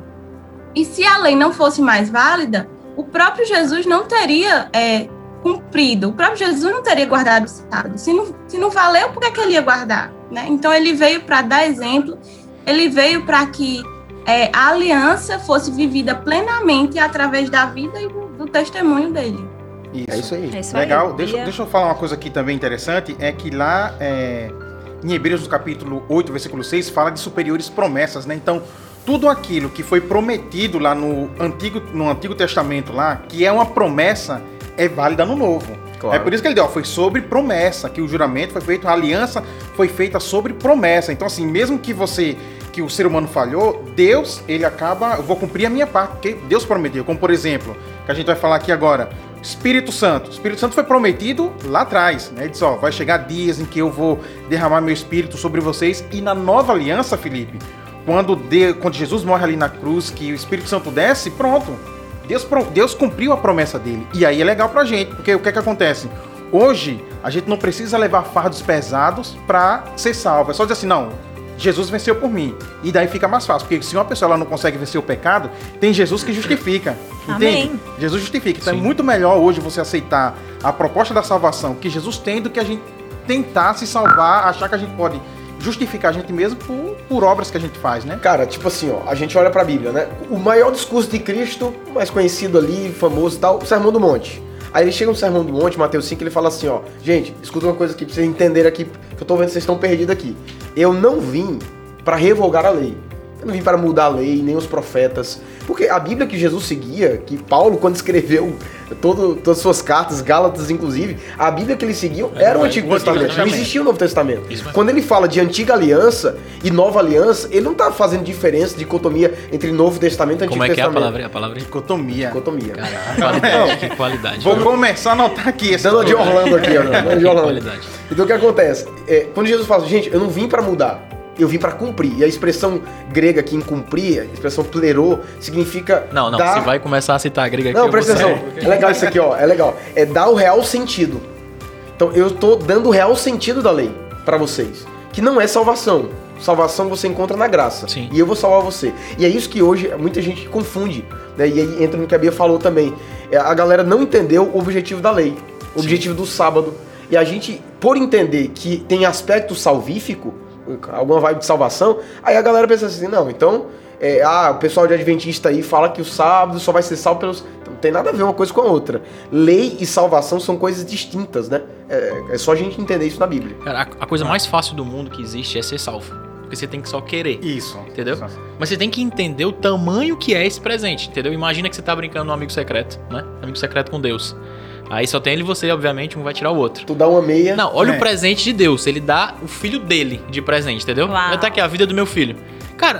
E se a lei não fosse mais válida, o próprio Jesus não teria é, cumprido, o próprio Jesus não teria guardado o sábado. Se não, se não valeu, por que, que ele ia guardar? Né? Então ele veio para dar exemplo, ele veio para que é, a aliança fosse vivida plenamente através da vida e do, do testemunho dele. Isso. É isso aí. É isso Legal. aí. Deixa, deixa eu falar uma coisa aqui também interessante, é que lá é, em Hebreus, no capítulo oito, versículo seis, fala de superiores promessas, né? Então, tudo aquilo que foi prometido lá no Antigo, no Antigo Testamento, lá, que é uma promessa, é válida no Novo. Claro. É por isso que ele deu, ó, foi sobre promessa, que o juramento foi feito, a aliança foi feita sobre promessa. Então, assim, mesmo que você, que o ser humano falhou, Deus, ele acaba, eu vou cumprir a minha parte, porque Deus prometeu. Como, por exemplo, que a gente vai falar aqui agora, Espírito Santo. O Espírito Santo foi prometido lá atrás, né? Ele disse, ó, vai chegar dias em que eu vou derramar meu Espírito sobre vocês. E na nova aliança, Felipe, quando, de, quando Jesus morre ali na cruz, que o Espírito Santo desce, pronto. Deus, Deus cumpriu a promessa dele. E aí é legal pra gente, porque o que é que acontece? Hoje, a gente não precisa levar fardos pesados pra ser salvo. É só dizer assim, não, Jesus venceu por mim. E daí fica mais fácil, porque se uma pessoa ela não consegue vencer o pecado, tem Jesus que justifica. Entende? Amém. Jesus justifica. Então Sim. é muito melhor hoje você aceitar a proposta da salvação que Jesus tem do que a gente tentar se salvar, achar que a gente pode justificar a gente mesmo por, por obras que a gente faz, né? Cara, tipo assim, ó, a gente olha pra Bíblia, né? O maior discurso de Cristo, mais conhecido ali, famoso e tal, o Sermão do Monte. Aí ele chega no Sermão do Monte, Mateus cinco, ele fala assim, ó, gente, escuta uma coisa aqui pra vocês entenderem aqui, que eu tô vendo que vocês estão perdidos aqui. Eu não vim pra revogar a lei. Eu não vim para mudar a lei, nem os profetas. Porque a Bíblia que Jesus seguia, que Paulo, quando escreveu todo, todas as suas cartas, Gálatas inclusive, a Bíblia que ele seguia era o Antigo Testamento, não existia o Novo Testamento. Quando ele fala de Antiga Aliança e Nova Aliança, ele não está fazendo diferença, dicotomia entre Novo Testamento e Antigo Como é que é a Testamento. palavra? A palavra? Dicotomia. Dicotomia. Caraca, qualidade, que qualidade. Vou começar a anotar aqui. Essa Dando de Orlando aqui, ó. Dando de Orlando. Qualidade. Então o que acontece? É, quando Jesus fala, gente, eu não vim para mudar. Eu vim para cumprir. E a expressão grega aqui em cumprir, a expressão plerô, significa... Não, não, dar... você vai começar a citar a grega aqui. Não, eu presta vou atenção. sair. É legal isso aqui, ó. É legal. É dar o real sentido. Então, eu tô dando o real sentido da lei para vocês. Que não é salvação. Salvação você encontra na graça. Sim. E eu vou salvar você. E é isso que hoje muita gente confunde. Né? E aí entra no que a Bia falou também. É, a galera não entendeu o objetivo da lei. O Sim. objetivo do sábado. E a gente, por entender que tem aspecto salvífico, alguma vibe de salvação, aí a galera pensa assim, não, então, é, ah, o pessoal de Adventista aí fala que o sábado só vai ser salvo pelos... Então, não tem nada a ver uma coisa com a outra. Lei e salvação são coisas distintas, né? É, é só a gente entender isso na Bíblia. Cara, a, a coisa mais fácil do mundo que existe é ser salvo. Porque você tem que só querer. Isso. Entendeu? Isso. Mas você tem que entender o tamanho que é esse presente, entendeu? Imagina que você tá brincando no amigo secreto, né? Amigo secreto com Deus. Aí só tem ele e você, obviamente, um vai tirar o outro. Tu dá uma meia... Não, olha É. o presente de Deus. Ele dá o filho dele de presente, entendeu? Uau. Tá aqui a vida do meu filho. Cara,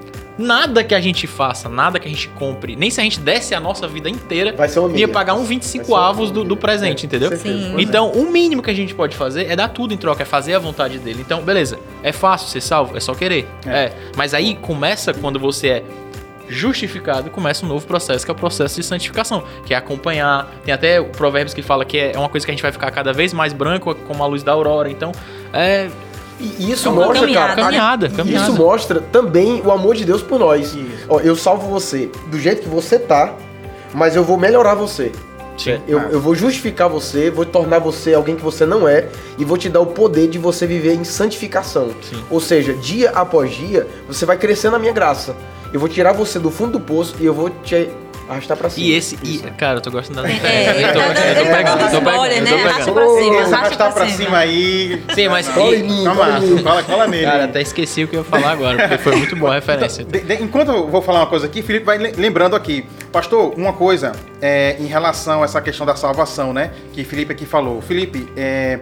nada que a gente faça, nada que a gente compre, nem se a gente desse a nossa vida inteira, Vai ser uma meia. ia pagar um vinte e cinco avos do, do presente, entendeu? Sim. Então, o mínimo que a gente pode fazer é dar tudo em troca, é fazer a vontade dele. Então, beleza, é fácil ser salvo, é só querer. É. É. Mas aí começa quando você é justificado, começa um novo processo, que é o processo de santificação, que é acompanhar. Tem até o Provérbios que fala que é uma coisa que a gente vai ficar cada vez mais branco, como a luz da aurora. Então, é... E isso É uma mostra, caminhada. cara... Caminhada, e caminhada. Isso mostra também o amor de Deus por nós. Ó, eu salvo você do jeito que você tá, mas eu vou melhorar você. Sim. Eu, eu vou justificar você, vou tornar você alguém que você não é e vou te dar o poder de você viver em santificação. Sim. Ou seja, dia após dia, você vai crescer na minha graça. Eu vou tirar você do fundo do poço e eu vou te arrastar pra cima. E esse... E, Isso. cara, eu tô gostando da É, referência. Eu tô, tá eu tô dando- pegando, eu tô pegando, spoiler, eu né? tô Arrasta pegando. pra cima, Esse arrasta arrastar pra pra cima. cima aí... Sim, mas... Cola em e- mim, Calma, cola em mim. cola, cola nele. Cara, até esqueci o que eu ia falar agora, porque foi muito boa a referência. De- de- enquanto eu vou falar uma coisa aqui, Felipe vai le- lembrando aqui. Pastor, uma coisa é, em relação a essa questão da salvação, né? Que Felipe aqui falou. Felipe, é,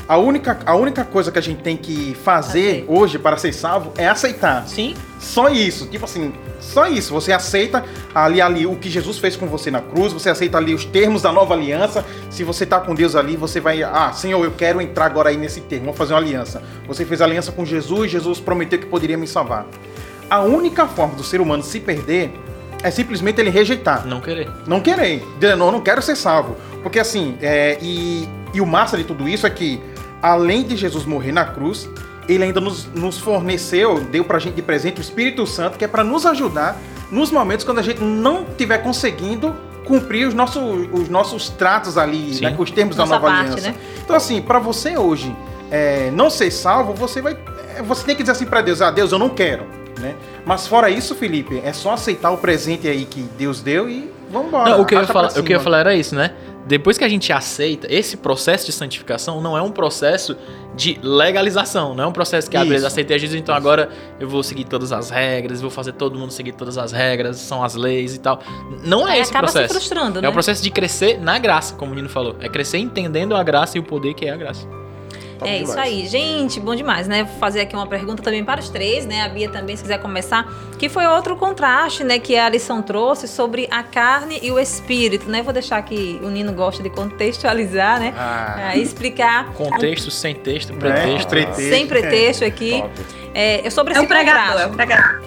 A única, a única coisa que a gente tem que fazer Fazer. hoje para ser salvo é aceitar. Sim. Só isso, tipo assim, só isso. Você aceita ali, ali o que Jesus fez com você na cruz, você aceita ali os termos da nova aliança. Se você tá com Deus ali, você vai, ah, Senhor, eu quero entrar agora aí nesse termo, vou fazer uma aliança. Você fez aliança com Jesus, Jesus prometeu que poderia me salvar. A única forma do ser humano se perder é simplesmente ele rejeitar. Não querer. Não querer. Dizer, não, eu não quero ser salvo. Porque assim, é, e, e o massa de tudo isso é que, além de Jesus morrer na cruz, ele ainda nos, nos forneceu, deu pra gente de presente o Espírito Santo, que é para nos ajudar nos momentos quando a gente não estiver conseguindo cumprir os nossos, os nossos tratos ali, né, com os termos Nossa da nova parte, aliança. né? Então assim, para você hoje é, não ser salvo, você vai, você tem que dizer assim para Deus, ah, Deus, eu não quero, né? Mas fora isso, Felipe, é só aceitar o presente aí que Deus deu e vamos embora. Não, o que eu ia arrasta falar, pra o que eu ia cima. falar era isso, né? Depois que a gente aceita, esse processo de santificação não é um processo de legalização, não é um processo que, ah, beleza, Isso. aceitei Jesus, então agora eu vou seguir todas as regras, vou fazer todo mundo seguir todas as regras, são as leis e tal. Não é Aí esse acaba se processo. frustrando, É né? o processo de crescer na graça, como o Nino falou. É crescer entendendo a graça e o poder que é a graça. Top É demais. isso aí, gente, bom demais, né? Vou fazer aqui uma pergunta também para os três, né? A Bia também, se quiser começar, que foi outro contraste, né? Que a lição trouxe sobre a carne e o espírito, né? Vou deixar que o Nino gosta de contextualizar, né? Ah. Ah, explicar Contexto, sem texto, É, pretexto. pretexto. sem pretexto aqui, Top. é, sobre É esse o pregador, é o contraste.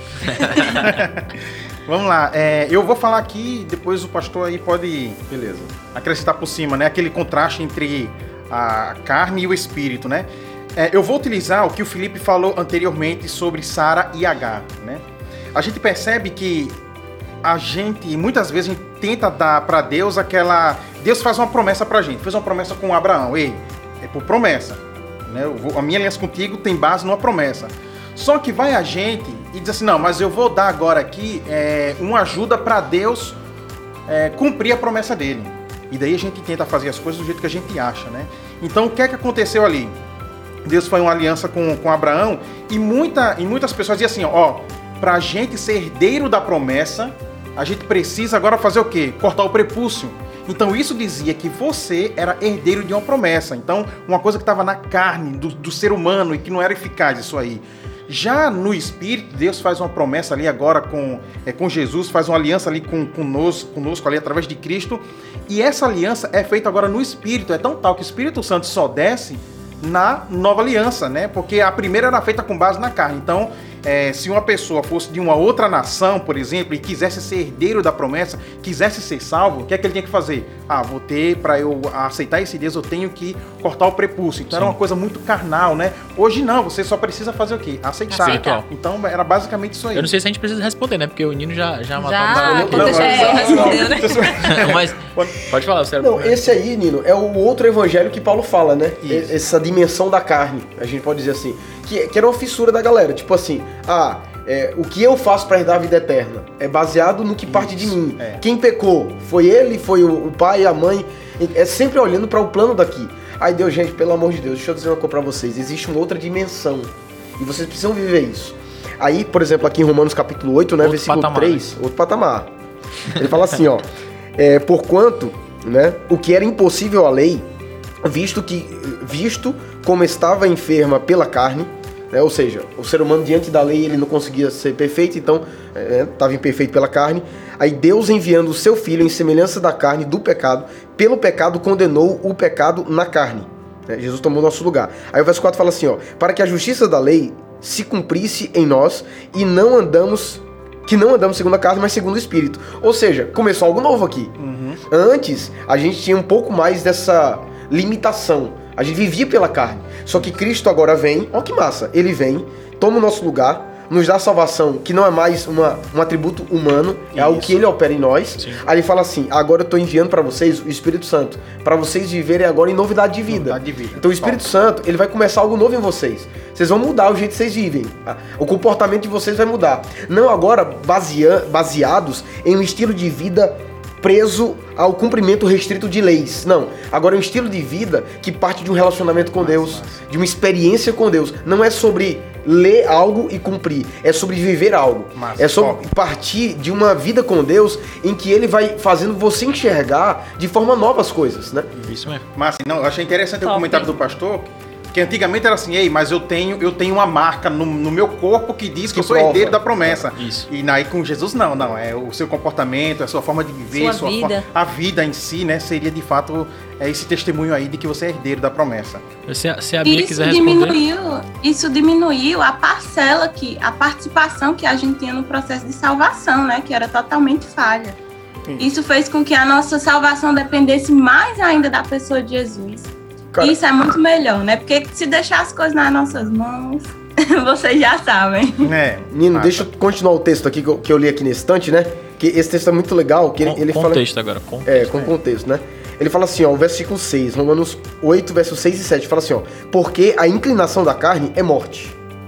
pregador. Vamos lá, é, eu vou falar aqui, depois o pastor aí pode Beleza. acrescentar por cima, né? Aquele contraste entre a carne e o espírito, né? É, eu vou utilizar o que o Felipe falou anteriormente sobre Sara e Agar, né? A gente percebe que a gente, muitas vezes, a gente tenta dar para Deus aquela... Deus faz uma promessa pra gente, fez uma promessa com Abraão, ei, é por promessa, né? Eu vou, a minha aliança contigo tem base numa promessa. Só que vai a gente e diz assim, não, mas eu vou dar agora aqui é, uma ajuda para Deus é, cumprir a promessa dele. E daí a gente tenta fazer as coisas do jeito que a gente acha, né? Então, o que é que aconteceu ali? Deus foi uma aliança com, com Abraão e, muita, e muitas pessoas diziam assim, ó, pra gente ser herdeiro da promessa, a gente precisa agora fazer o quê? Cortar o prepúcio. Então, isso dizia que você era herdeiro de uma promessa. Então, uma coisa que estava na carne do, do ser humano e que não era eficaz, isso aí. Já no Espírito, Deus faz uma promessa ali agora com, é, com Jesus, faz uma aliança ali com, conosco, conosco ali através de Cristo. E essa aliança é feita agora no Espírito. É tão tal que o Espírito Santo só desce na nova aliança, né? Porque a primeira era feita com base na carne. Então, é, se uma pessoa fosse de uma outra nação, por exemplo, e quisesse ser herdeiro da promessa, quisesse ser salvo, o que é que ele tinha que fazer? Ah, vou ter, para eu aceitar esse Deus, eu tenho que cortar o prepúcio. Então Sim. era uma coisa muito carnal, né? Hoje não, você só precisa fazer o quê? Aceitar. Aceitar. Então era basicamente isso aí. Eu não sei se a gente precisa responder, né? Porque o Nino já, já matou Já, a não, quando não, já não, respondeu, né? Mas pode falar, sério. Não, esse aí, Nino, é o outro evangelho que Paulo fala, né? Isso. Essa dimensão da carne, a gente pode dizer assim. Que, que era uma fissura da galera. Tipo assim, ah, é, o que eu faço para herdar a vida eterna é baseado no que parte de mim. é. Quem pecou? Foi ele, foi o, o pai, a mãe. É sempre olhando para o plano daqui. Aí Deus, gente, pelo amor de Deus, deixa eu dizer uma coisa pra vocês. Existe uma outra dimensão. E vocês precisam viver isso. Aí, por exemplo, aqui em Romanos capítulo oito, né, Outro versículo patamar, três, outro patamar. Ele fala assim, ó. É, porquanto, né, o que era impossível à lei, visto que visto como estava enferma pela carne, né, ou seja, o ser humano diante da lei ele não conseguia ser perfeito, então estava imperfeito pela carne. Aí Deus, enviando o seu filho em semelhança da carne do pecado, pelo pecado condenou o pecado na carne. Né, Jesus tomou nosso lugar. Aí o verso quatro fala assim, ó, para que a justiça da lei se cumprisse em nós e não andamos que não andamos segundo a carne, mas segundo o Espírito. Ou seja, começou algo novo aqui. Uhum. Antes, a gente tinha um pouco mais dessa limitação. A gente vivia pela carne. Só que Cristo agora vem, ó que massa, ele vem, toma o nosso lugar, nos dá salvação, que não é mais uma, um atributo humano, é algo Isso. que ele opera em nós. Sim. Aí ele fala assim, agora eu tô enviando para vocês o Espírito Santo, para vocês viverem agora em novidade de vida. Novidade de vida. Então o Espírito Santo, ele vai começar algo novo em vocês. Vocês vão mudar o jeito que vocês vivem. Tá? O comportamento de vocês vai mudar. Não agora basea- baseados em um estilo de vida preso ao cumprimento restrito de leis. Não. Agora é um estilo de vida que parte de um relacionamento com Deus, de uma experiência com Deus. Não é sobre ler algo e cumprir. É sobre viver algo. Massa, é sobre top. partir de uma vida com Deus em que Ele vai fazendo você enxergar de forma nova as coisas, né? Isso mesmo. Mas assim, não, eu achei interessante o Top, comentário hein? do pastor, Porque antigamente era assim, ei, mas eu tenho, eu tenho uma marca no, no meu corpo que diz que, que eu sou prova. herdeiro da promessa. Isso. E aí com Jesus não, não. É o seu comportamento, a sua forma de viver, Sua sua vida. Forma, a vida em si, né? Seria de fato é, esse testemunho aí de que você é herdeiro da promessa. Se a, se a Bia Isso quiser responder... diminuiu, isso diminuiu a parcela, que, a participação que a gente tinha no processo de salvação, né? Que era totalmente falha. Sim. Isso fez com que a nossa salvação dependesse mais ainda da pessoa de Jesus. Cara, Isso é muito melhor, né? Porque se deixar as coisas nas nossas mãos, vocês já sabem. É. Nino, Ah, deixa eu continuar o texto aqui que eu, que eu li aqui nesse instante, né? Que esse texto é muito legal, que ele, Com, ele fala... contexto agora. Contexto. É, com contexto, né? Ele fala assim, ó, o versículo seis, Romanos oito, versos seis e sete, fala assim, ó, porque a inclinação da carne é morte.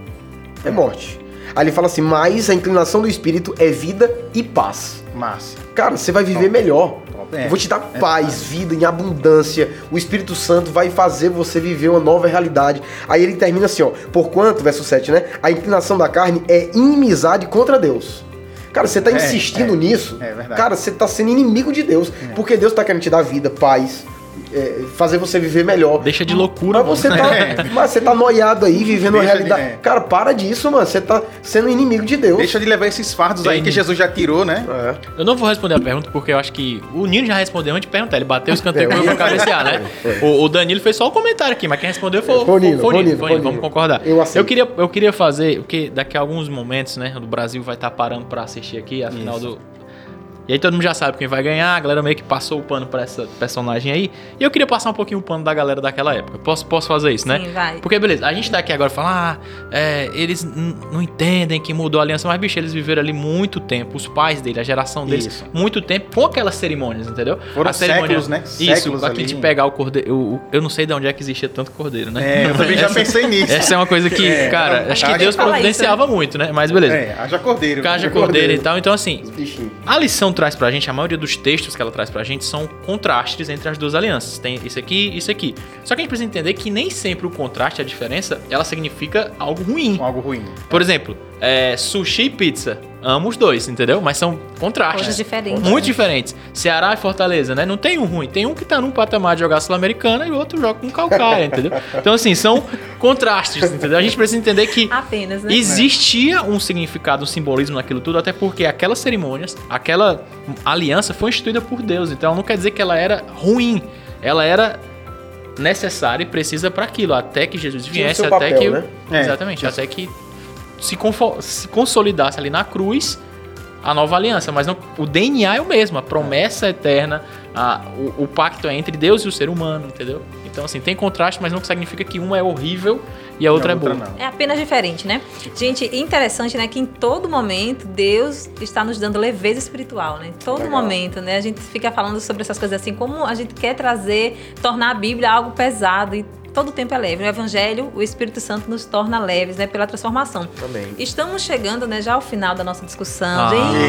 É morte. Aí ele fala assim, mas a inclinação do espírito é vida e paz. Massa. Cara, você vai viver melhor. É. Eu vou te dar É paz, vida em abundância. O Espírito Santo vai fazer você viver uma nova realidade. Aí ele termina assim, ó. Porquanto, verso sete, né? A inclinação da carne é inimizade contra Deus. Cara, você tá É, insistindo é. nisso. É verdade. Cara, você tá sendo inimigo de Deus. Porque Deus tá querendo te dar vida, paz, é, fazer você viver melhor. Deixa de loucura, Mas você mano. tá, É. mas você tá noiado aí, vivendo uma Deixa de- realidade. é. Cara, para disso, mano. Você tá sendo inimigo de Deus. Deixa de levar esses fardos aí que Jesus já tirou, né? É. Eu não vou responder a pergunta porque eu acho que o Nino já respondeu antes de perguntar. Ele bateu os canteiro É, que eu vou cabecear, né? O, o Danilo fez só o comentário aqui, mas quem respondeu foi, É, foi o Nino, foi o foi o Nino, Nino, foi o foi o Nino, vamos Nino. concordar. Eu aceito. queria, eu queria fazer, porque daqui a alguns momentos, né, o Brasil vai estar parando pra assistir aqui a final Isso. do... E aí todo mundo já sabe quem vai ganhar, a galera meio que passou o pano pra essa personagem aí. E eu queria passar um pouquinho o pano da galera daquela época. Posso, posso fazer isso, né? Sim, vai. Porque, beleza, a gente tá aqui agora falando, ah, é, eles n- não entendem que mudou a aliança, mas, bicho, eles viveram ali muito tempo, os pais dele, a geração deles, Isso. muito tempo com aquelas cerimônias, entendeu? Foram a cerimônia, séculos, né? Isso, Séculos aqui ali. de pegar o cordeiro, eu, eu não sei de onde é que existia tanto cordeiro, né? É, eu também já Essa- pensei nisso. Essa é uma coisa que, É, cara, era- acho que haja- Deus fala providenciava muito, né? Mas beleza. É, haja cordeiro. Caja Haja cordeiro cordeiro. e tal, então assim, Os bichinhos. a lição traz pra gente, a maioria dos textos que ela traz pra gente são contrastes entre as duas alianças. Tem isso aqui e isso aqui. Só que a gente precisa entender que nem sempre o contraste, a diferença, ela significa algo ruim. Algo ruim. Por exemplo, é, sushi e pizza. Amo os dois, entendeu? Mas são contrastes. Coisas diferentes. Muito diferentes. Ceará e Fortaleza, né? Não tem um ruim. Tem um que tá num patamar de jogar Sul-Americana e o outro joga com Calcaia, entendeu? Então, assim, são contrastes, entendeu? A gente precisa entender que Apenas, né? existia um significado, um simbolismo naquilo tudo, até porque aquelas cerimônias, aquela aliança foi instituída por Deus. Então, não quer dizer que ela era ruim. Ela era necessária e precisa para aquilo, até que Jesus Tinha o viesse, seu até papel, que... né? É. Exatamente, até que se, confo- se consolidasse ali na cruz a nova aliança, mas não, o D N A é o mesmo, a promessa eterna, a, o, o pacto é entre Deus e o ser humano, entendeu? Então, assim, tem contraste, mas não significa que uma é horrível e a outra é boa. não. É apenas diferente, né? Gente, interessante, né? Que em todo momento Deus está nos dando leveza espiritual, né? Em todo Legal. momento, né? A gente fica falando sobre essas coisas assim, como a gente quer trazer, tornar a Bíblia algo pesado e todo tempo é leve. No Evangelho, o Espírito Santo nos torna leves, né? Pela transformação. Amém. Estamos chegando, né? Já ao final da nossa discussão. Ah,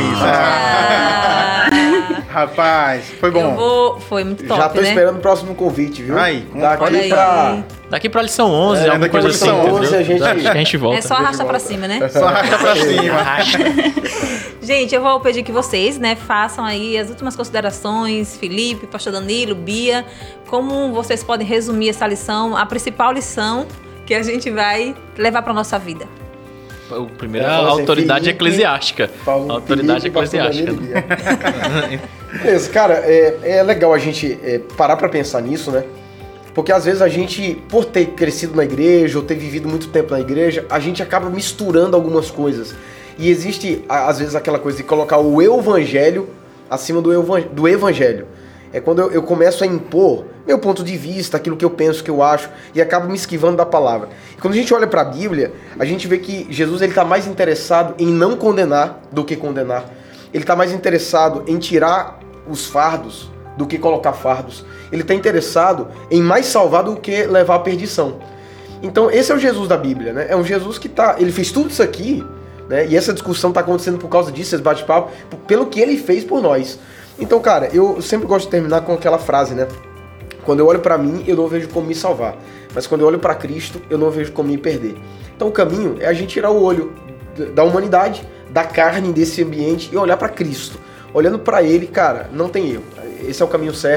gente! Rapaz, foi bom. Eu vou... Foi muito top, Já tô né? esperando o próximo convite, viu? Aí, com- Olha Daqui aí. pra... Daqui pra lição onze, É, alguma daqui coisa pra assim, lição entendeu? onze a gente- Acho que a gente volta. É só arrastar pra cima, né? Só arrasta pra cima. Arrasta. Gente, eu vou pedir que vocês, né, façam aí as últimas considerações, Felipe, Pastor Danilo, Bia, como vocês podem resumir essa lição, a principal lição que a gente vai levar para nossa vida. O primeiro é É, a fala assim, autoridade Felipe, eclesiástica. Paulo A autoridade Felipe, Pastor eclesiástica. Danilo e Bia. Beleza, cara, é, é legal a gente é, parar pra pensar nisso, né? Porque às vezes a gente, por ter crescido na igreja ou ter vivido muito tempo na igreja, a gente acaba misturando algumas coisas. E existe, a- às vezes, aquela coisa de colocar o evangelho acima do, evan- do evangelho. É quando eu, eu começo a impor meu ponto de vista, aquilo que eu penso, que eu acho, e acabo me esquivando da palavra. E quando a gente olha para a Bíblia, a gente vê que Jesus ele está mais interessado em não condenar do que condenar. Ele está mais interessado em tirar os fardos do que colocar fardos. Ele está interessado em mais salvar do que levar à perdição. Então esse é o Jesus da Bíblia, né? É um Jesus que tá, ele fez tudo isso aqui, né? E essa discussão está acontecendo por causa disso, esse bate-papo, pelo que ele fez por nós. Então, cara, eu sempre gosto de terminar com aquela frase, né? Quando eu olho para mim, eu não vejo como me salvar. Mas quando eu olho para Cristo, eu não vejo como me perder. Então o caminho é a gente tirar o olho da humanidade, da carne, desse ambiente e olhar para Cristo. Olhando para Ele, cara, não tem erro. Esse é o caminho certo.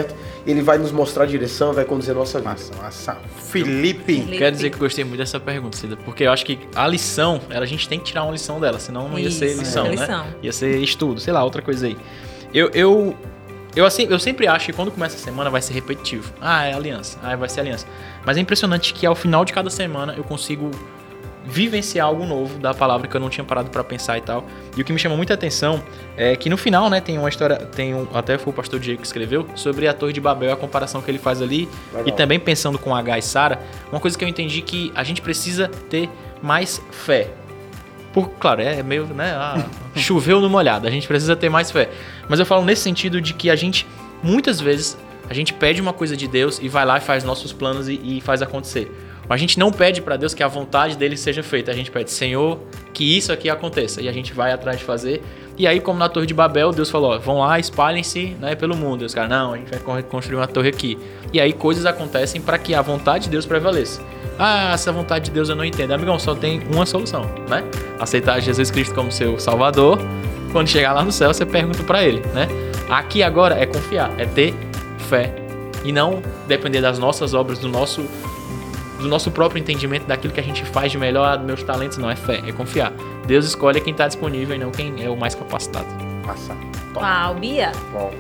ele vai nos mostrar a direção, vai conduzir a nossa vida. Massa, massa. Felipe. Felipe. Quero dizer que eu gostei muito dessa pergunta, Cida, porque eu acho que a lição, ela, a gente tem que tirar uma lição dela, senão não ia ser Isso, lição, é. né? lição. Ia ser estudo, sei lá, outra coisa aí. Eu, eu, eu, assim, eu sempre acho que quando começa a semana vai ser repetitivo. Ah, é aliança, ah, vai ser aliança. Mas é impressionante que ao final de cada semana eu consigo vivenciar algo novo da palavra que eu não tinha parado pra pensar e tal. E o que me chamou muita atenção é que no final, né, tem uma história, tem um, até foi o pastor Diego que escreveu, sobre a Torre de Babel, a comparação que ele faz ali. Legal. E também pensando com H e Sara, uma coisa que eu entendi que a gente precisa ter mais fé. Por, claro, é meio, né, ah, choveu no molhado, a gente precisa ter mais fé. Mas eu falo nesse sentido de que a gente, muitas vezes, a gente pede uma coisa de Deus e vai lá e faz nossos planos e, e faz acontecer. A gente não pede para Deus que a vontade dele seja feita. A gente pede, Senhor, que isso aqui aconteça. E a gente vai atrás de fazer. E aí, como na Torre de Babel, Deus falou, ó, vão lá, espalhem-se, né, pelo mundo. E os caras, não, a gente vai construir uma torre aqui. E aí coisas acontecem para que a vontade de Deus prevaleça. Ah, essa vontade de Deus eu não entendo. Amigão, só tem uma solução, né? Aceitar Jesus Cristo como seu Salvador. Quando chegar lá no céu, você pergunta para ele, né? Aqui agora é confiar, é ter fé. E não depender das nossas obras, do nosso... do nosso próprio entendimento daquilo que a gente faz de melhor, dos meus talentos, não, é fé, é confiar. Deus escolhe quem está disponível e não quem é o mais capacitado. Massa. Top. Uau, Bia. Bom.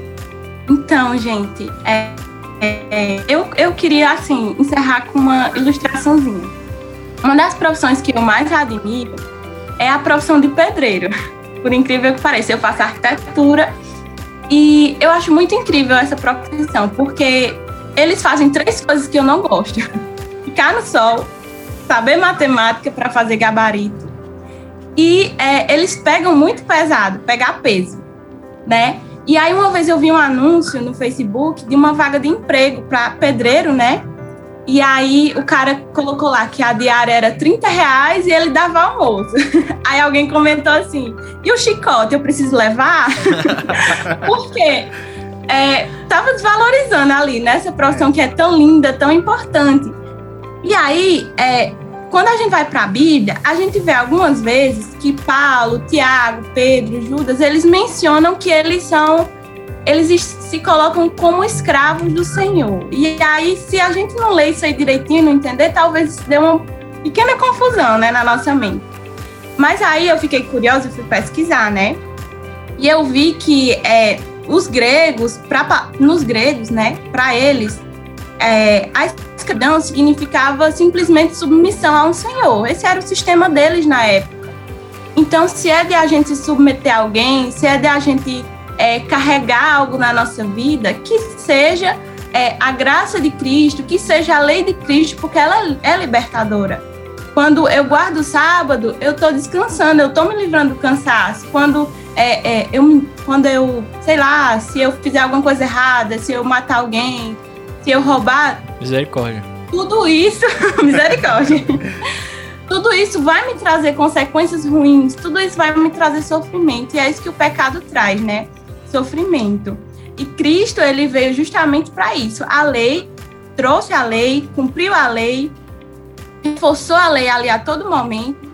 Então, gente, é, é, é, eu, eu queria, assim, encerrar com uma ilustraçãozinha. Uma das profissões que eu mais admiro é a profissão de pedreiro. Por incrível que pareça, eu faço arquitetura e eu acho muito incrível essa profissão, porque eles fazem três coisas que eu não gosto. Ficar no sol, saber matemática para fazer gabarito. E é, eles pegam muito pesado, pegar peso, né? E aí uma vez eu vi um anúncio no Facebook de uma vaga de emprego para pedreiro, né? E aí o cara colocou lá que a diária era trinta reais e ele dava almoço. Aí alguém comentou assim, e o chicote, eu preciso levar? Por quê? É, tava desvalorizando ali, né? Essa profissão que é tão linda, tão importante. E aí, é, quando a gente vai para a Bíblia, a gente vê algumas vezes que Paulo, Tiago, Pedro, Judas, eles mencionam que eles são, eles se colocam como escravos do Senhor. E aí, se a gente não lê isso aí direitinho, não entender, talvez dê uma pequena confusão, né, na nossa mente. Mas aí eu fiquei curiosa e fui pesquisar, né? E eu vi que é, os gregos, pra, nos gregos, né, para eles, é, a escravidão significava simplesmente submissão a um senhor. Esse era o sistema deles na época. Então, se é de a gente se submeter a alguém, se é de a gente é, carregar algo na nossa vida, que seja é, a graça de Cristo, que seja a lei de Cristo, porque ela é libertadora. Quando eu guardo o sábado, eu estou descansando, eu estou me livrando do cansaço. Quando, é, é, eu, quando eu, sei lá, se eu fizer alguma coisa errada, se eu matar alguém, se eu roubar... Misericórdia. Tudo isso... misericórdia. Tudo isso vai me trazer consequências ruins, tudo isso vai me trazer sofrimento. E é isso que o pecado traz, né? Sofrimento. E Cristo, ele veio justamente para isso. A lei, trouxe a lei, cumpriu a lei, reforçou a lei ali a todo momento.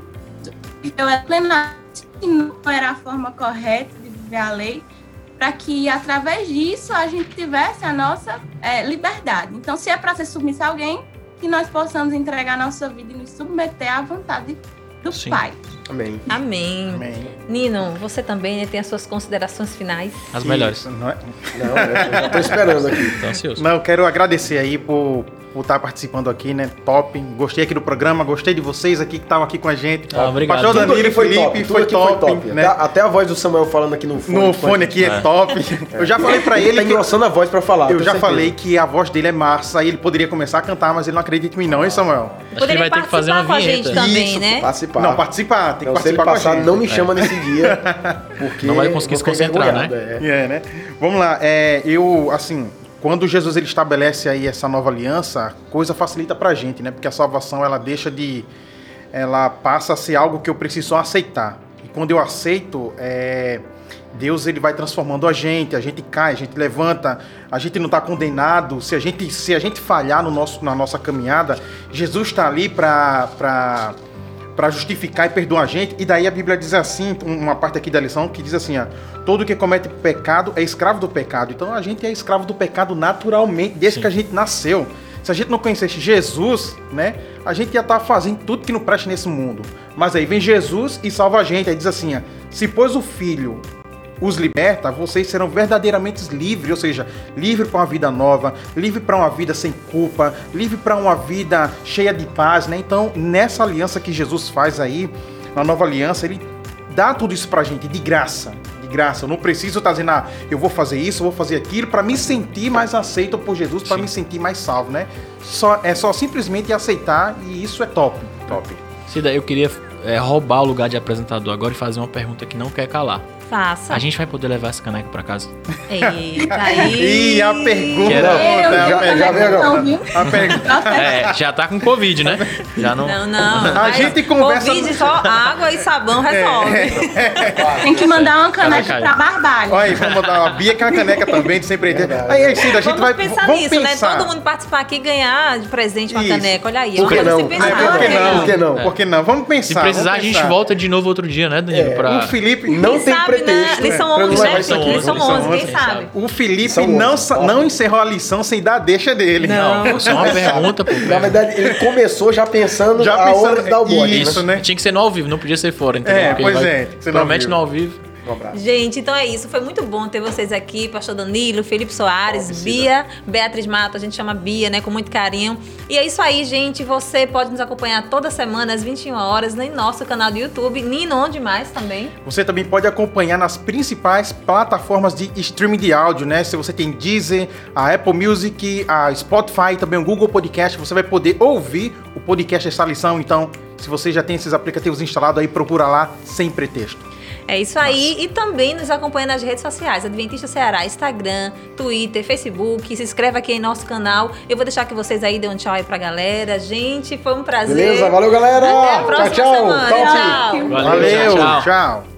Eu era plenamente que não era a forma correta de viver a lei, para que, através disso, a gente tivesse a nossa é, liberdade. Então, se é para ser submissa a alguém, que nós possamos entregar a nossa vida e nos submeter à vontade do Sim. Pai. Amém. Amém. Amém. Nino, você também, né, tem as suas considerações finais? As melhores. Isso, não, é? Não, eu já tô esperando aqui. Tô ansioso. Não, eu quero agradecer aí por, por estar participando aqui, né? Top. Gostei aqui do programa, gostei de vocês aqui que estavam aqui com a gente. Ah, obrigado. Pastor Tudo Danilo aqui e Felipe, tudo foi aqui top, né? Até, até a voz do Samuel falando aqui no fone. No fone aqui é, É. top. Eu já falei pra ele Ele tá que... engrossando a voz pra falar. Eu tenho já certeza. falei que a voz dele é massa e ele poderia começar a cantar, mas ele não acredita em mim não, hein, Samuel? Acho que ele vai ter que fazer uma com a gente vinheta. também, Isso, né? Participar. Não, participar, tem que Então, se ele participar com a passar, gente. não me chama nesse dia, porque Não vai conseguir eu vou se ficar concentrar, envergonhado, né? é. É, né? Vamos lá, é, eu, assim, quando Jesus ele estabelece aí essa nova aliança, a coisa facilita pra gente, né? Porque a salvação, ela deixa de... Ela passa a ser algo que eu preciso só aceitar. E quando eu aceito, é, Deus ele vai transformando a gente, a gente cai, a gente levanta, a gente não está condenado. Se a gente, se a gente falhar no nosso, na nossa caminhada, Jesus está ali para para justificar e perdoar a gente. E daí a Bíblia diz assim, uma parte aqui da lição, que diz assim, ó, todo que comete pecado é escravo do pecado. Então a gente é escravo do pecado naturalmente, desde Sim. que a gente nasceu. Se a gente não conhecesse Jesus, né, a gente ia estar fazendo tudo que não presta nesse mundo. Mas aí vem Jesus e salva a gente. Aí diz assim, ó, se pois o Filho os liberta, vocês serão verdadeiramente livres, ou seja, livre para uma vida nova, livre para uma vida sem culpa, livre para uma vida cheia de paz, né? Então, nessa aliança que Jesus faz aí, na nova aliança, ele dá tudo isso pra gente de graça, de graça. Eu não preciso estar dizendo, ah, eu vou fazer isso, eu vou fazer aquilo, para me sentir mais aceito por Jesus, para me sentir mais salvo, né? Só, é só simplesmente aceitar e isso é top, top. Cida, eu queria é, roubar o lugar de apresentador agora e fazer uma pergunta que não quer calar. Faça. A gente vai poder levar essa caneca pra casa? Eita, aí. Ih, a pergunta. Era... Eu, já, já, já veio não, viu? a pergunta. É, já tá com Covid, né? Já não. Não, não. A Mas gente conversa. Covid, só água e sabão resolve. Tem que mandar uma caneca Caneca. pra Barbalho. Olha aí, vamos botar uma Bia, que é uma caneca também, de sempre ter. Aí, aí, Cida, a gente Vamos vai. pensar vamos nisso, pensar. né? Todo mundo participar aqui e ganhar de presente uma Isso. caneca. Olha aí. Por que eu não? se pensar. É, por que não? Por que não? Por que não? Vamos pensar. Se precisar, a vamos gente pensar. volta de novo outro dia, né, Danilo? É, pra... O Felipe. Não Quem tem sabe, pretexto. né? Lição pra não onze, levar né? isso aqui. Lição Lição onze, quem onze, sabe? O Felipe São não, onze, sa- ó. não encerrou a lição sem dar a deixa dele. Não. Só uma pergunta, pô. Na verdade, ele começou já pensando Já a pensando- hora de dar o bode. Isso, né? né? Tinha que ser no ao vivo, não podia ser fora, entendeu? É, Porque pois vai- é, tem que ser no ao Promete vivo. no ao vivo. Um abraço. Gente, então é isso. Foi muito bom ter vocês aqui, Pastor Danilo, Felipe Soares, Top, Bia, Beatriz Mato, a gente chama Bia, né, com muito carinho. E é isso aí, gente. Você pode nos acompanhar toda semana às vinte e uma horas no nosso canal do YouTube, Nino Onde Mais também. Você também pode acompanhar nas principais plataformas de streaming de áudio, né? Se você tem Deezer, a Apple Music, a Spotify, também o Google Podcast, você vai poder ouvir o podcast Essa Lição. Então, se você já tem esses aplicativos instalados aí, procura lá, sem pretexto. É isso aí. E também nos acompanha nas redes sociais, Adventista Ceará, Instagram, Twitter, Facebook. Se inscreve aqui em nosso canal. Eu vou deixar que vocês aí dêem um tchau aí pra galera. Gente, foi um prazer. Beleza, valeu, galera. Até a próxima tchau, tchau. semana. Top. Tchau. Valeu, Valeu, tchau, tchau. tchau.